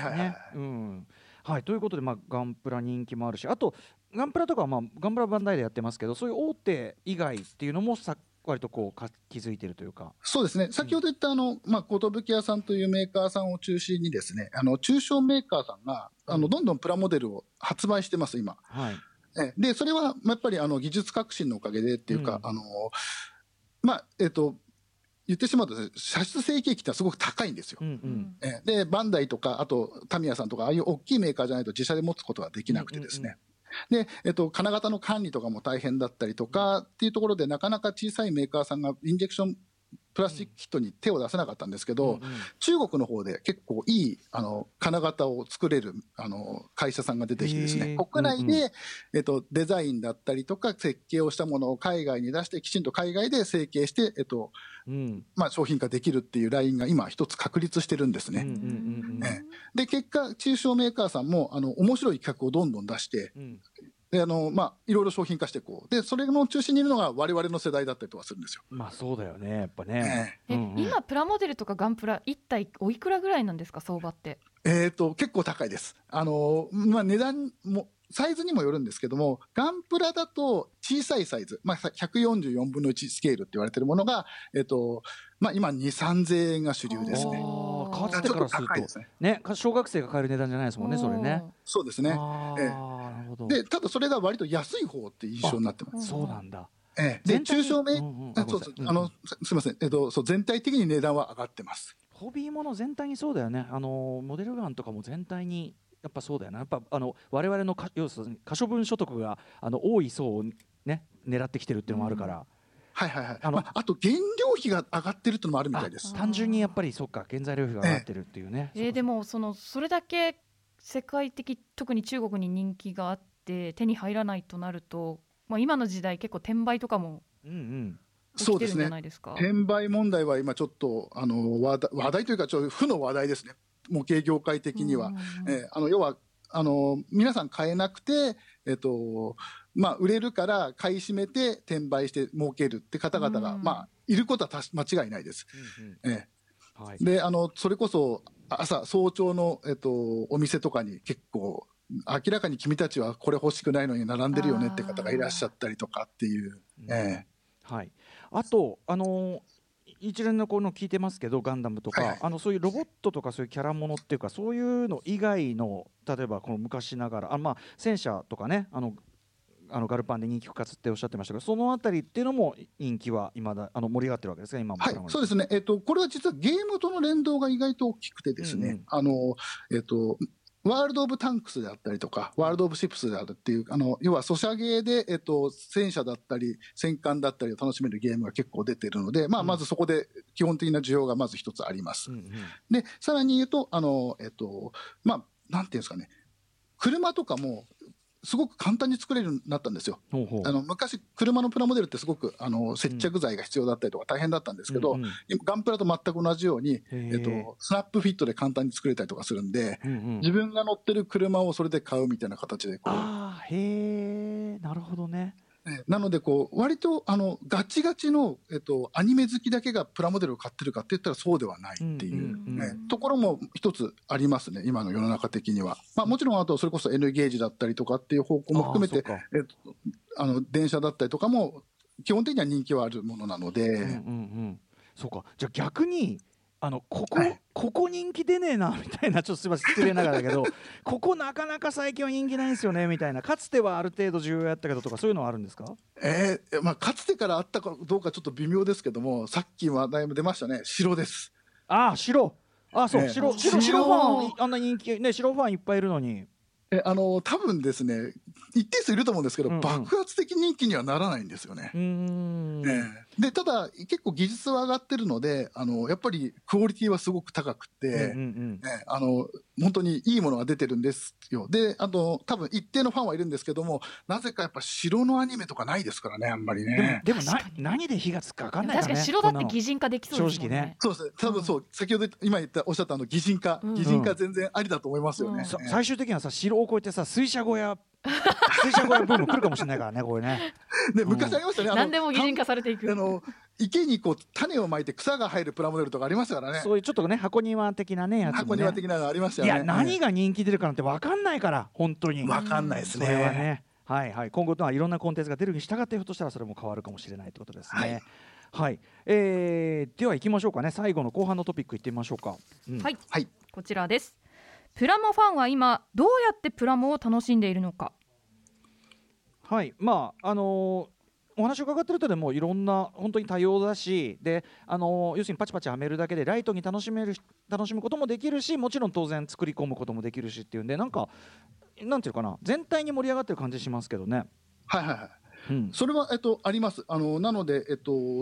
[SPEAKER 3] ということで、ガンプラ人気もあるし、あとガンプラとかは、ガンプラバンダイでやってますけど、そういう大手以外っていうのも割と気づいてるというか。
[SPEAKER 4] そうですね、先ほど言った寿屋さんというメーカーさんを中心にですね、中小メーカーさんがどんどんプラモデルを発売してます今。でそれはやっぱり技術革新のおかげでっていうか、言ってしまうと、射出成形機ってすごく高いんですよ。でバンダイとか、あとタミヤさんとか、ああいう大きいメーカーじゃないと自社で持つことができなくてですね、で金型の管理とかも大変だったりとかっていうところで、なかなか小さいメーカーさんがインジェクションプラスチックキットに手を出せなかったんですけど、中国の方で結構いい金型を作れる会社さんが出てきてですね、国内で、デザインだったりとか設計をしたものを海外に出して、きちんと海外で成形して、商品化できるっていうラインが今一つ確立してるんですね。で結果中小メーカーさんも面白い企画をどんどん出して、でいろいろ商品化していこう。でそれの中心にいるのが我々の世代だったりとかするんですよ。そうだよね、やっぱね。
[SPEAKER 2] 今プラモデルとかガンプラ1体おいくらぐらいなんですか、相場って。
[SPEAKER 4] 結構高いです。値段もサイズにもよるんですけども、ガンプラだと小さいサイズ、144分の1スケールって言われてるものが、今2、3000円が主流ですね。
[SPEAKER 3] かつてからすると、小学生が買える値段じゃないですもんね、それね。
[SPEAKER 4] そうですね。でただそれが割と安い方って印象になってます。
[SPEAKER 3] そうなんだ。
[SPEAKER 4] で中小メーカー、すみません、全体的に値段は上がってます。
[SPEAKER 3] ホビーもの全体にそうだよね。モデルガンとかも全体にやっぱそうだよな。やっぱ我々の要するに可処分所得が多い層をね狙ってきてるっていうのもあるから。あと原料費が上がってるっていうのもあるみたいです。 単純にやっぱりそうか、原材料費が上がってるっていうね。
[SPEAKER 2] でもそれだけ世界的、特に中国に人気があって手に入らないとなると、今の時代結構転売とかも起きてるんじゃないですか。
[SPEAKER 4] 転売問題は今ちょっと話題というか負の話題ですね、模型業界的には。要は皆さん買えなくて、 売れるから買い占めて転売して儲けるって方々が、いることは間違いないです。はい、でそれこそ早朝の、お店とかに結構明らかに君たちはこれ欲しくないのに並んでるよねって方がいらっしゃったりとかっていう。
[SPEAKER 3] はい、あと一連のこの聞いてますけどガンダムとか、そういうロボットとかそういうキャラものっていうかそういうの以外の例えばこの昔ながら戦車とかねガルパンで人気復活っておっしゃってましたけどそのあたりっていうのも人気は今だ盛り上がってるわけですか今も。
[SPEAKER 4] はい、そうですね、これは実はゲームとの連動が意外と大きくてですね、ワールド・オブ・タンクスであったりとかワールド・オブ・シップスであるっていう要はソシャゲで、戦車だったり戦艦だったりを楽しめるゲームが結構出てるので、まずそこで基本的な需要がまず一つあります。でさらに言うとなんていうんですかね、車とかもすごく簡単に作れるようになったんですよ。昔車のプラモデルってすごく接着剤が必要だったりとか大変だったんですけど、ガンプラと全く同じように、スナップフィットで簡単に作れたりとかするんで、自分が乗ってる車をそれで買うみたいな形で
[SPEAKER 3] へえ、なるほどね。
[SPEAKER 4] なので割とガチガチの、アニメ好きだけがプラモデルを買ってるかって言ったらそうではないっていうところも一つありますね今の世の中的には。もちろんあとそれこそ N ゲージだったりとかっていう方向も含めて電車だったりとかも基本的には人気はあるものなので。
[SPEAKER 3] そうか、じゃあ逆にここ人気出ねえなみたいなちょっとすいません失礼ながらだけどここなかなか最近は人気ないんですよねみたいなかつてはある程度重要やったけどとかそういうのはあるんですか？
[SPEAKER 4] かつてからあったかどうかちょっと微妙ですけどもさっき話題も出ましたね城です。
[SPEAKER 3] 白そう、白ファンあんな人気ね白ファンいっぱいいるのに
[SPEAKER 4] 多分ですね一定数いると思うんですけど、爆発的人気にはならないんですよね。でただ結構技術は上がってるのでやっぱりクオリティはすごく高くて、本当にいいものが出てるんですよ。で多分一定のファンはいるんですけどもなぜかやっぱ城のアニメとかないですからねあんまりね。
[SPEAKER 3] でも何で火がつくか分かんないからね。
[SPEAKER 2] 確かに城だって擬人化できそうですもんね。
[SPEAKER 3] 正直ね。
[SPEAKER 4] そうですね、多分そう、先ほど今おっしゃった擬人化全然ありだと思いますよね。
[SPEAKER 3] 最終的にはさ城を越えてさ水車小屋ブーム来るかもしれないからねこれね。
[SPEAKER 4] で昔ありましたね
[SPEAKER 2] 何でも擬人化されていく
[SPEAKER 4] 池に種をまいて草が生えるプラモデルとかありましたからね。
[SPEAKER 3] そういうちょっとね箱庭的なねやつもね。
[SPEAKER 4] 箱庭的なのありましたよね。
[SPEAKER 3] いや何が人気出るかなんて分かんないから本当に
[SPEAKER 4] 分かんないですね。
[SPEAKER 3] それはね今後とはいろんなコンテンツが出るに従ってひょっとしたらそれも変わるかもしれないってことですね。では行きましょうかね。最後の後半のトピック行ってみましょうか。
[SPEAKER 2] こちらです。プラモファンは今どうやってプラモを楽しんでいるのか。
[SPEAKER 3] お話を伺ってるとでもいろんな本当に多様だしで要するにパチパチはめるだけでライトに楽しむこともできるしもちろん当然作り込むこともできるしっていうんでなんていうかな全体に盛り上がってる感じしますけどね。
[SPEAKER 4] それは、あります。なので、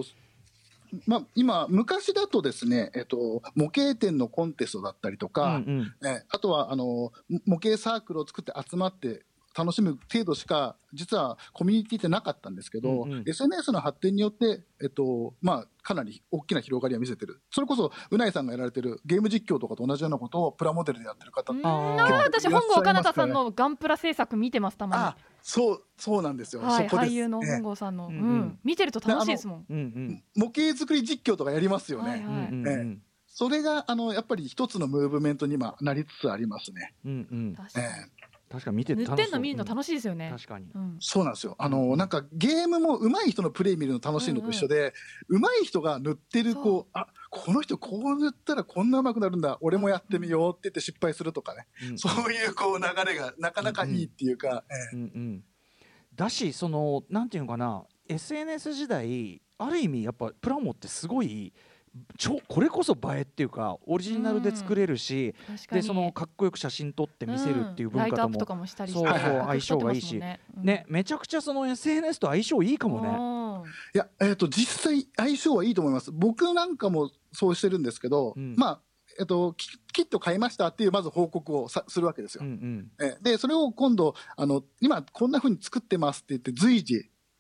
[SPEAKER 4] 今昔だとですね、模型店のコンテストだったりとか、あとは模型サークルを作って集まって楽しむ程度しか実はコミュニティってなかったんですけど、SNS の発展によって、かなり大きな広がりを見せてる。それこそうないさんがやられてるゲーム実況とかと同じようなことをプラモデルでやってる方って
[SPEAKER 2] 私本郷奏多さんのガンプラ制作見てますたまに。
[SPEAKER 4] そうなんですよ。そこです。
[SPEAKER 2] 俳優の本郷さんの、見てると楽しいですもん。
[SPEAKER 4] 模型作り実況とかやりますよね。それがやっぱり一つのムーブメントに今なりつつありますね。
[SPEAKER 3] 確かに見てて
[SPEAKER 2] 塗ってんの見るの楽しいですよね。
[SPEAKER 3] 確かに、
[SPEAKER 4] そうなんですよ。なんかゲームも上手い人のプレイ見るの楽しいのと一緒で、上手い人が塗ってるこの人こう塗ったらこんな上手くなるんだ俺もやってみようって言って失敗するとかね、そういう流れがなかなかいいっていうか、
[SPEAKER 3] だしなんていうのかな SNS 時代ある意味やっぱプラモってすごいこれこそ映えっていうかオリジナルで作れるし、でかっこよく写真撮って見せるっていう文化とも相性がいいし、めちゃくちゃSNS と相性いいかもね。
[SPEAKER 4] いや実際相性はいいと思います。僕なんかもそうしてるんですけど、キット買いましたっていうまず報告をするわけですよ。でそれを今度今こんな風に作ってますって言って随時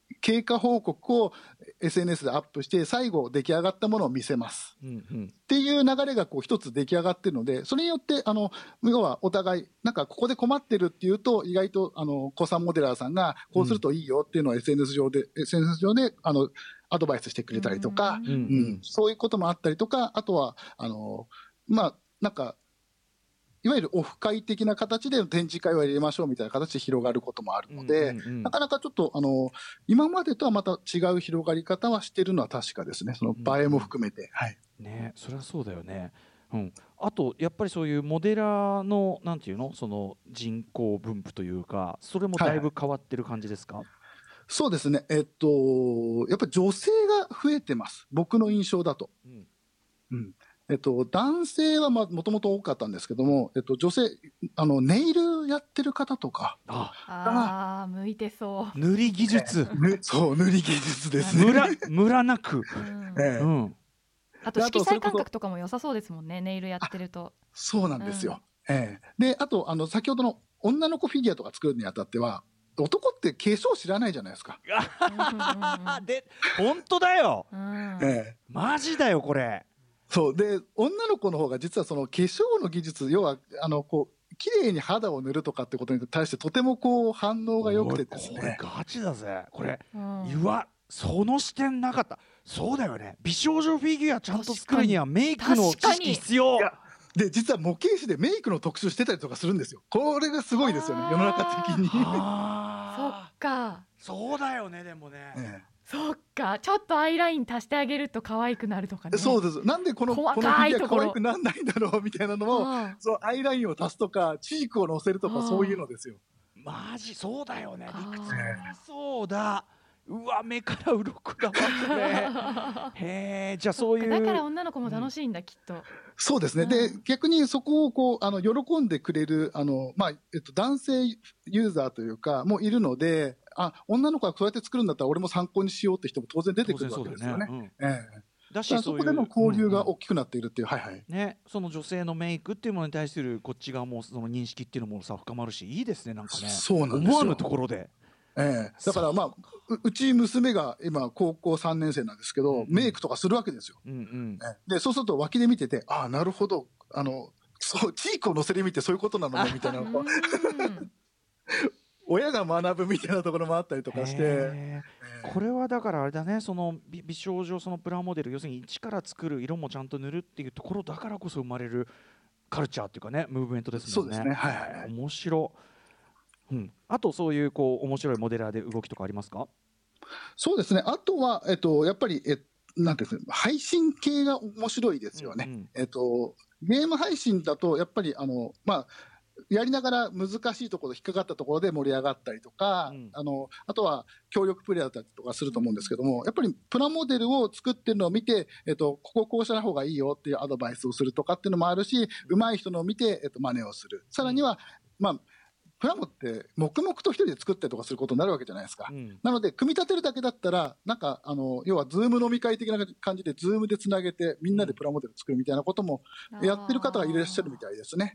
[SPEAKER 4] 経過報告を SNS でアップして最後出来上がったものを見せます、っていう流れがこう一つ出来上がってるので、それによって要はお互いなんかここで困ってるっていうと、意外と子さんモデラーさんがこうするといいよっていうのを SNS 上でアドバイスしてくれたりとか、そういうこともあったりとか、あとはなんかいわゆるオフ会的な形で展示会を入れましょうみたいな形で広がることもあるので、なかなかちょっと今までとはまた違う広がり方はしてるのは確かですね、その映えも含めて。
[SPEAKER 3] ね、それはそうだよね。あとやっぱりそういうモデラーのなんていうの、その人口分布というか、それもだいぶ変わってる感じですか？
[SPEAKER 4] そうですね、やっぱり女性が増えてます、僕の印象だと。男性はもともと多かったんですけども、女性ネイルやってる方とか、
[SPEAKER 2] 向いてそう、
[SPEAKER 3] 塗り技術、
[SPEAKER 4] そう塗り技術ですね、
[SPEAKER 3] ムラなく、
[SPEAKER 2] あと色彩感覚とかも良さそうですもんね、ネイルやってると。
[SPEAKER 4] そうなんですよ、であと先ほどの女の子フィギュアとか作るにあたっては、男って化粧知らないじゃないですか。
[SPEAKER 3] で本当だよ、マジだよこれ。
[SPEAKER 4] そうで、女の子の方が実はその化粧の技術、要はこう綺麗に肌を塗るとかってことに対してとてもこう反応が良くてですね。
[SPEAKER 3] これガチだぜこれ、その視点なかった。そうだよね、美少女フィギュアちゃんと作るにはメイクの知識必要。で実は模型師でメイクの特集してたりとかするんですよ。これがすごいですよね、世の中的に。
[SPEAKER 2] そっか、
[SPEAKER 3] そうだよね。でもね、
[SPEAKER 2] そっか、ちょっとアイライン足してあげると可愛くなるとかね。
[SPEAKER 4] そうです。なんでこのフィギュア可愛くなんないんだろうみたいなのも、そのアイラインを足すとかチークを乗せるとか、そういうのですよ。
[SPEAKER 3] マジそうだよね、理屈そうだ。うわ、目から鱗だわこれ。へえ、じゃあそういう、
[SPEAKER 2] だから女の子も楽しいんだ、きっと。
[SPEAKER 4] そうですね。で逆にそこをこう喜んでくれる男性ユーザーというかもいるので、女の子がそうやって作るんだったら俺も参考にしようって人も当然出てくるわけですよね。だしそこでの交流が大きくなっているっていう、
[SPEAKER 3] その女性のメイクっていうものに対するこっち側もその認識っていうのもさ深まるし、いいですね、なんかね。
[SPEAKER 4] そうなんですよ。
[SPEAKER 3] 思わぬところで。
[SPEAKER 4] だからうち娘が今高校3年生なんですけど、メイクとかするわけですよ。でそうすると脇で見てて、なるほど、そうチークを乗せてみてそういうことなのねみたいな親が学ぶみたいなところもあったりとかして、
[SPEAKER 3] これはだからあれだね、その美少女そのプラモデル、要するに一から作る、色もちゃんと塗るっていうところだからこそ生まれるカルチャーっていうかね、ムーブメントですもんね。
[SPEAKER 4] そうですね。
[SPEAKER 3] 面白い。あとそういう面白いモデラーで動きとかありますか？
[SPEAKER 4] そうですね。あとはやっぱりなんていうんですか、配信系が面白いですよね。ゲーム配信だとやっぱりやりながら難しいところで引っかかったところで盛り上がったりとか、あとは協力プレイだったりとかすると思うんですけども、やっぱりプラモデルを作ってるのを見て、こうした方がいいよっていうアドバイスをするとかっていうのもあるし、上手い人のを見て、真似をする。さらにはプラモって黙々と一人で作ったりとかすることになるわけじゃないですか。なので組み立てるだけだったらなんか要はズーム飲み会的な感じでズームでつなげてみんなでプラモデル作るみたいなこともやってる方がいらっしゃるみたいですね。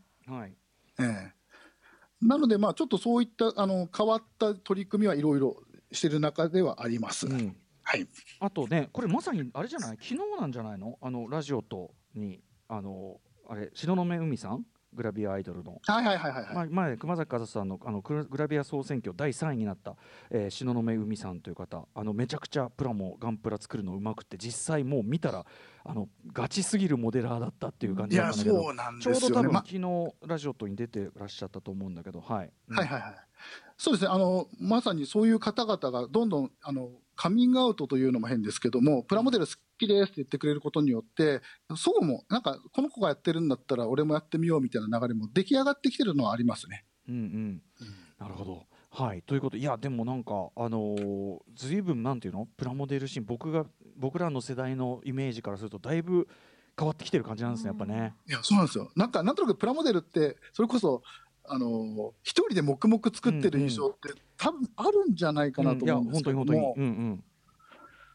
[SPEAKER 4] なのでちょっとそういった変わった取り組みはいろいろしてる中ではあります。
[SPEAKER 3] あとね、これまさにあれじゃない、昨日なんじゃないの、ラジオとにあれ東雲海さん、グラビアアイドルの前熊崎和さんのグラビア総選挙第3位になった、東雲海さんという方、めちゃくちゃプラモガンプラ作るのうまくて、実際もう見たらガチすぎるモデラーだったっていう感じだったんだけど、ちょうど多分昨日ラジオとに出てらっしゃったと思うんだけど、
[SPEAKER 4] そうですね。まさにそういう方々がどんどんカミングアウトというのも変ですけども、プラモデル好きですって言ってくれることによって、そうもなんかこの子がやってるんだったら俺もやってみようみたいな流れも出来上がってきてるのはありますね。
[SPEAKER 3] なるほど。ということ、いやでもなんか随分なんていうの、プラモデルシーン、僕らの世代のイメージからするとだいぶ変わってきてる感じなんですね、やっぱね。
[SPEAKER 4] いや、そうなんですよ。なんとなくプラモデルってそれこそ一人で黙々作ってる印象って多分あるんじゃないかなと思うんですけども、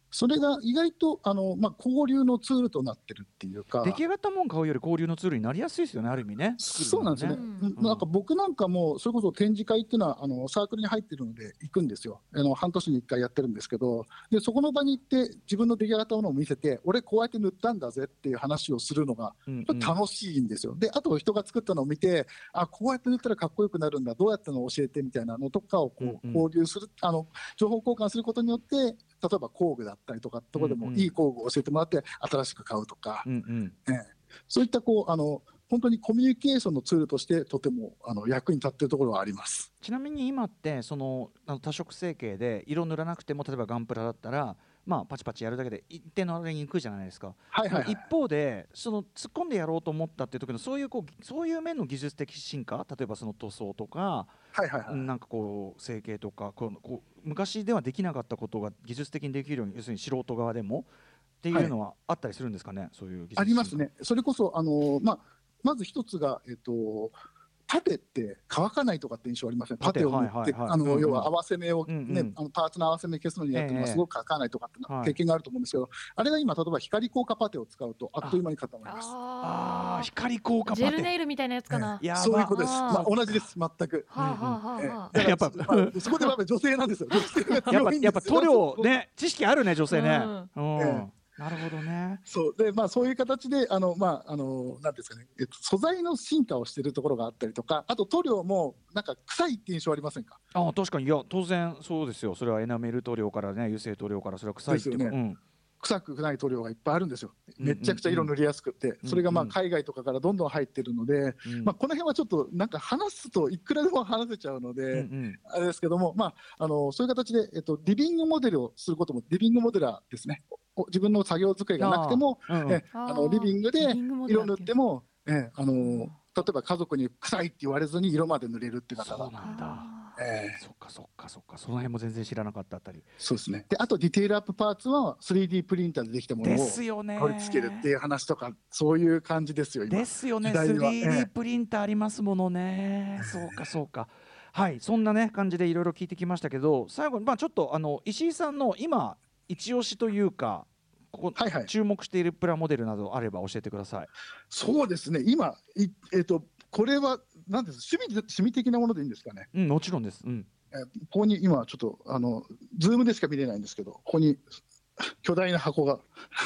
[SPEAKER 4] それが意外と交流のツールとなってるっていうか、
[SPEAKER 3] 出来上がったもん買うより交流のツールになりやすいですよね、ある意味ね。
[SPEAKER 4] そうなんですね、なんか僕なんかもそれこそ展示会っていうのはサークルに入ってるので行くんですよ。半年に1回やってるんですけど、でそこの場に行って自分の出来上がったものを見せて、俺こうやって塗ったんだぜっていう話をするのが楽しいんですよ。であと人が作ったのを見て、こうやって塗ったらかっこよくなるんだ、どうやったのを教えてみたいなのとかをこう交流する、情報交換することによって、例えば工具だったりとかところでもいい工具を教えてもらって新しく買うとか、そういった本当にコミュニケーションのツールとしてとても役に立っているところはあります。
[SPEAKER 3] ちなみに今って多色成形で色塗らなくても、例えばガンプラだったらパチパチやるだけで一定のあれに行くじゃないですか。一方で突っ込んでやろうと思ったっていう時のそういう面の技術的進化、例えば塗装とか、なんか成形とか昔ではできなかったことが技術的にできるように、要するに素人側でもっていうのはあったりするんですかね。そういう技術
[SPEAKER 4] ありますね。それこそまず一つが、パテって乾かないとかって印象ありません？パテを塗って要は合わせ目をパーツの合わせ目消すのにやってるのがすごく乾かないとかって経験があると思うんですけど、あれが今例えば光効果パテを使うとあっという間に固まります。
[SPEAKER 3] 光効果パテ、
[SPEAKER 2] ジェルネイルみたいなやつかな。
[SPEAKER 4] そういうことです。同じです。全く。やっぱそこで女性なんですよ。
[SPEAKER 3] やっぱ塗料ね、知識あるね、女性ね。なるほどね。
[SPEAKER 4] そうで、そういう形でなんですかね、素材の進化をしているところがあったりとか、あと塗料もなんか臭いって印象ありませんか？
[SPEAKER 3] 確かに、いや当然そうですよ。それはエナメル塗料からね、油性塗料からそれは臭いっていうか、
[SPEAKER 4] 臭くない塗料がいっぱいあるんですよ。めちゃくちゃ色塗りやすくて、それが海外とかからどんどん入ってるので、この辺はちょっとなんか話すといくらでも話せちゃうので、あれですけども、そういう形で、リビングモデルをすることも、リビングモデラーですね。自分の作業机がなくても、リビングで色塗っても、例えば家族に臭いって言われずに色まで塗れるっていう方が。
[SPEAKER 3] そうなんだ。そっかその辺も全然知らなかったあたり。
[SPEAKER 4] そうですね。であとディテールアップパーツは 3D プリンターでできたものを取り付けるっていう話とか、そういう感じですよ今。
[SPEAKER 3] ですよね。3D プリンターありますものね。そうか。はい、そんなね感じでいろいろ聞いてきましたけど、最後にちょっと石井さんの今一押しというか、注目しているプラモデルなどあれば教えてください。
[SPEAKER 4] そうですね。今これは何です？趣味的なものでいいんですかね？
[SPEAKER 3] もちろんです。こ
[SPEAKER 4] こに今ちょっとズームでしか見れないんですけど、ここに巨大な箱が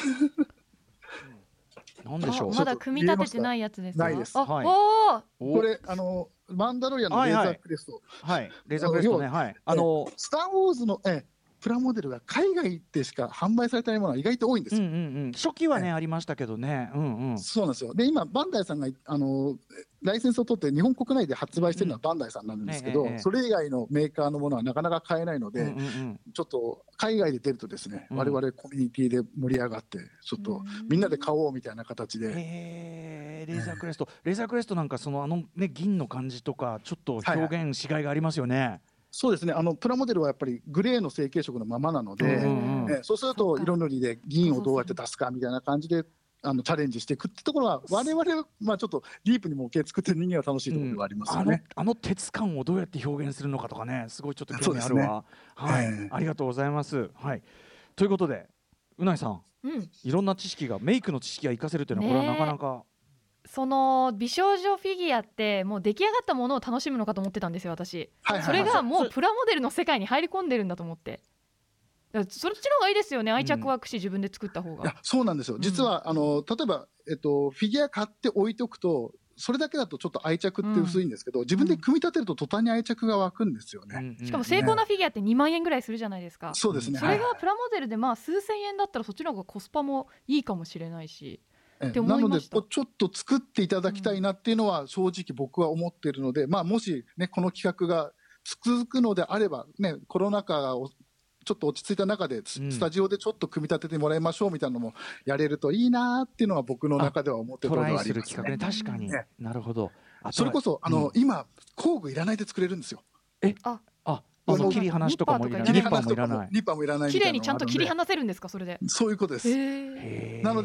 [SPEAKER 3] 何でしょう。
[SPEAKER 2] まだ組み立ててないやつですか？
[SPEAKER 4] ないです。
[SPEAKER 2] こ
[SPEAKER 4] れマンダロリアンのレーザークレスト。
[SPEAKER 3] レーザークレストね。
[SPEAKER 4] スター・ウォーズのプラモデルが海外でしか販売されてないものは意外と多いんですよ。
[SPEAKER 3] 初期はねありましたけどね。
[SPEAKER 4] そうなんですよ。で今バンダイさんがライセンスを取って日本国内で発売してるのはバンダイさんなんですけど、それ以外のメーカーのものはなかなか買えないので、ちょっと海外で出るとですね、我々コミュニティで盛り上がってちょっとみんなで買おうみたいな形で。
[SPEAKER 3] レーザークレストなんか銀の感じとかちょっと表現しがいがありますよね。
[SPEAKER 4] そうですね。プラモデルはやっぱりグレーの成型色のままなので、そうすると色塗りで銀をどうやって出すかみたいな感じでチャレンジしていくってところは我々ちょっとディープに模型作ってる人間は楽しいところではありますよね。
[SPEAKER 3] 鉄感をどうやって表現するのかとかね、すごいちょっと興味あるわ。ありがとうございます。ということでうないさん、いろんな知識がメイクの知識が活かせるというのはこれはなかなか。
[SPEAKER 2] その美少女フィギュアってもう出来上がったものを楽しむのかと思ってたんですよ私。それがもうプラモデルの世界に入り込んでるんだと思って。そっちの方がいいですよね。愛着湧くし自分で作った方が。
[SPEAKER 4] そうなんですよ。実は例えばフィギュア買って置いておくとそれだけだとちょっと愛着って薄いんですけど、自分で組み立てると途端に愛着が湧くんですよね。
[SPEAKER 2] しかも精巧なフィギュアって2万円ぐらいするじゃないですか。
[SPEAKER 4] そうですね。
[SPEAKER 2] それがプラモデルで数千円だったらそっちの方がコスパもいいかもしれないし。
[SPEAKER 4] なのでちょっと作っていただきたいなっていうのは正直僕は思っているので、もしねこの企画が続くのであればね、コロナ禍がちょっと落ち着いた中でスタジオでちょっと組み立ててもらいましょうみたいなのもやれるといいなっていうのは僕の中では思ってるところがありますね。
[SPEAKER 3] 確かに、なるほど。
[SPEAKER 4] それこそ今工具いらないで作れるんですよ。
[SPEAKER 3] 切り離しとかもいらない。
[SPEAKER 4] ニッパーもいらない。
[SPEAKER 2] 綺麗にちゃんと切り離せるんですかそれで。
[SPEAKER 4] そういうことです。なので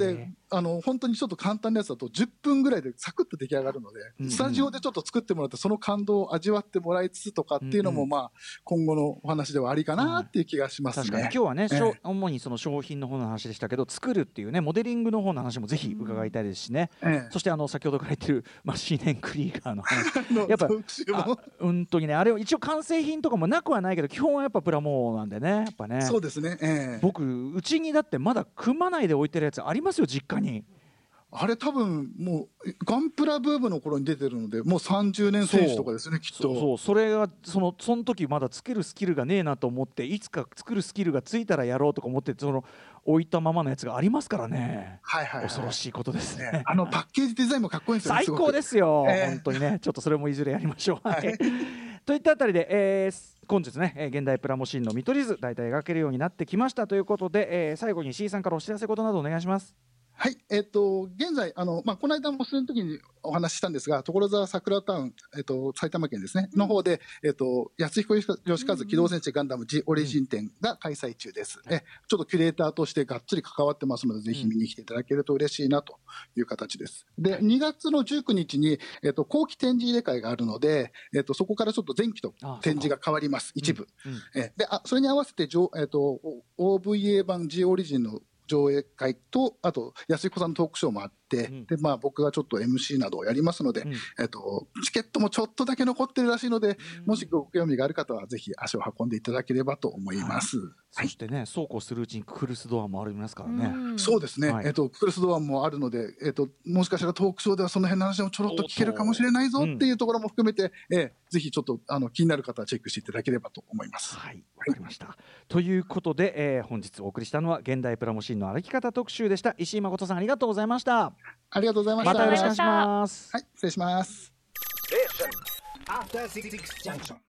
[SPEAKER 4] 本当にちょっと簡単なやつだと10分ぐらいでサクッと出来上がるので、スタジオでちょっと作ってもらってその感動を味わってもらいつつとかっていうのも、今後のお話ではありかなっていう気がしますね。
[SPEAKER 3] 確かに今日はね、主にその商品の方の話でしたけど、作るっていうねモデリングの方の話もぜひ伺いたいですしね、そして先ほどから言ってるシーネンクリーガーの話やっぱ本当にね、あれは一応完成品とかもなくはないけど基本はやっぱプラモなんでね、やっぱね。
[SPEAKER 4] そうですね、
[SPEAKER 3] 僕うちにだってまだ組まないで置いてるやつありますよ、実家に。
[SPEAKER 4] あれ多分もうガンプラブームの頃に出てるのでもう30年選手とかですね、きっと。
[SPEAKER 3] それがその時まだ作るスキルがねえなと思って、いつか作るスキルがついたらやろうとか思って置いたままのやつがありましたからね。恐ろしいことですね。
[SPEAKER 4] パッケージデザインもかっこいいんですよね。
[SPEAKER 3] 最高ですよ、本当にね。ちょっとそれもいずれやりましょう。といったあたりで、本日ね、現代プラモシーンの見取り図大体描けるようになってきましたということで、最後に C さんからお知らせことなどお願いします。
[SPEAKER 4] はい、現在この間もその時にお話ししたんですが、所沢桜タウン、埼玉県ですね、の方で、安彦義和機動戦士ガンダム G オリジン展が開催中です。ちょっとキュレーターとしてがっつり関わってますので、ぜひ見に来ていただけると嬉しいなという形です。で、2月の19日に、後期展示入れ替えがあるので、そこからちょっと前期と展示が変わります、一部。で、それに合わせて、OVA 版 G オリジンの上映会と、あと安彦さんのトークショーもあって、で僕がちょっと MC などをやりますので、チケットもちょっとだけ残ってるらしいので、もしご興味がある方はぜひ足を運んでいただければと思います。
[SPEAKER 3] そしてね、そうこうするうちにクルスドアもありますからね。
[SPEAKER 4] そうですね、クルスドアもあるので、もしかしたらトークショーではその辺の話もちょろっと聞けるかもしれないぞっていうところも含めて、ぜひちょっと気になる方はチェックしていただければと思います。
[SPEAKER 3] はい、わかりました。ということで、本日お送りしたのは現代プラモシーンの歩き方特集でした。石井誠さんありがとうございました。
[SPEAKER 4] ありがとうございました。
[SPEAKER 3] またよろしくお願いします。
[SPEAKER 4] はい、失礼します。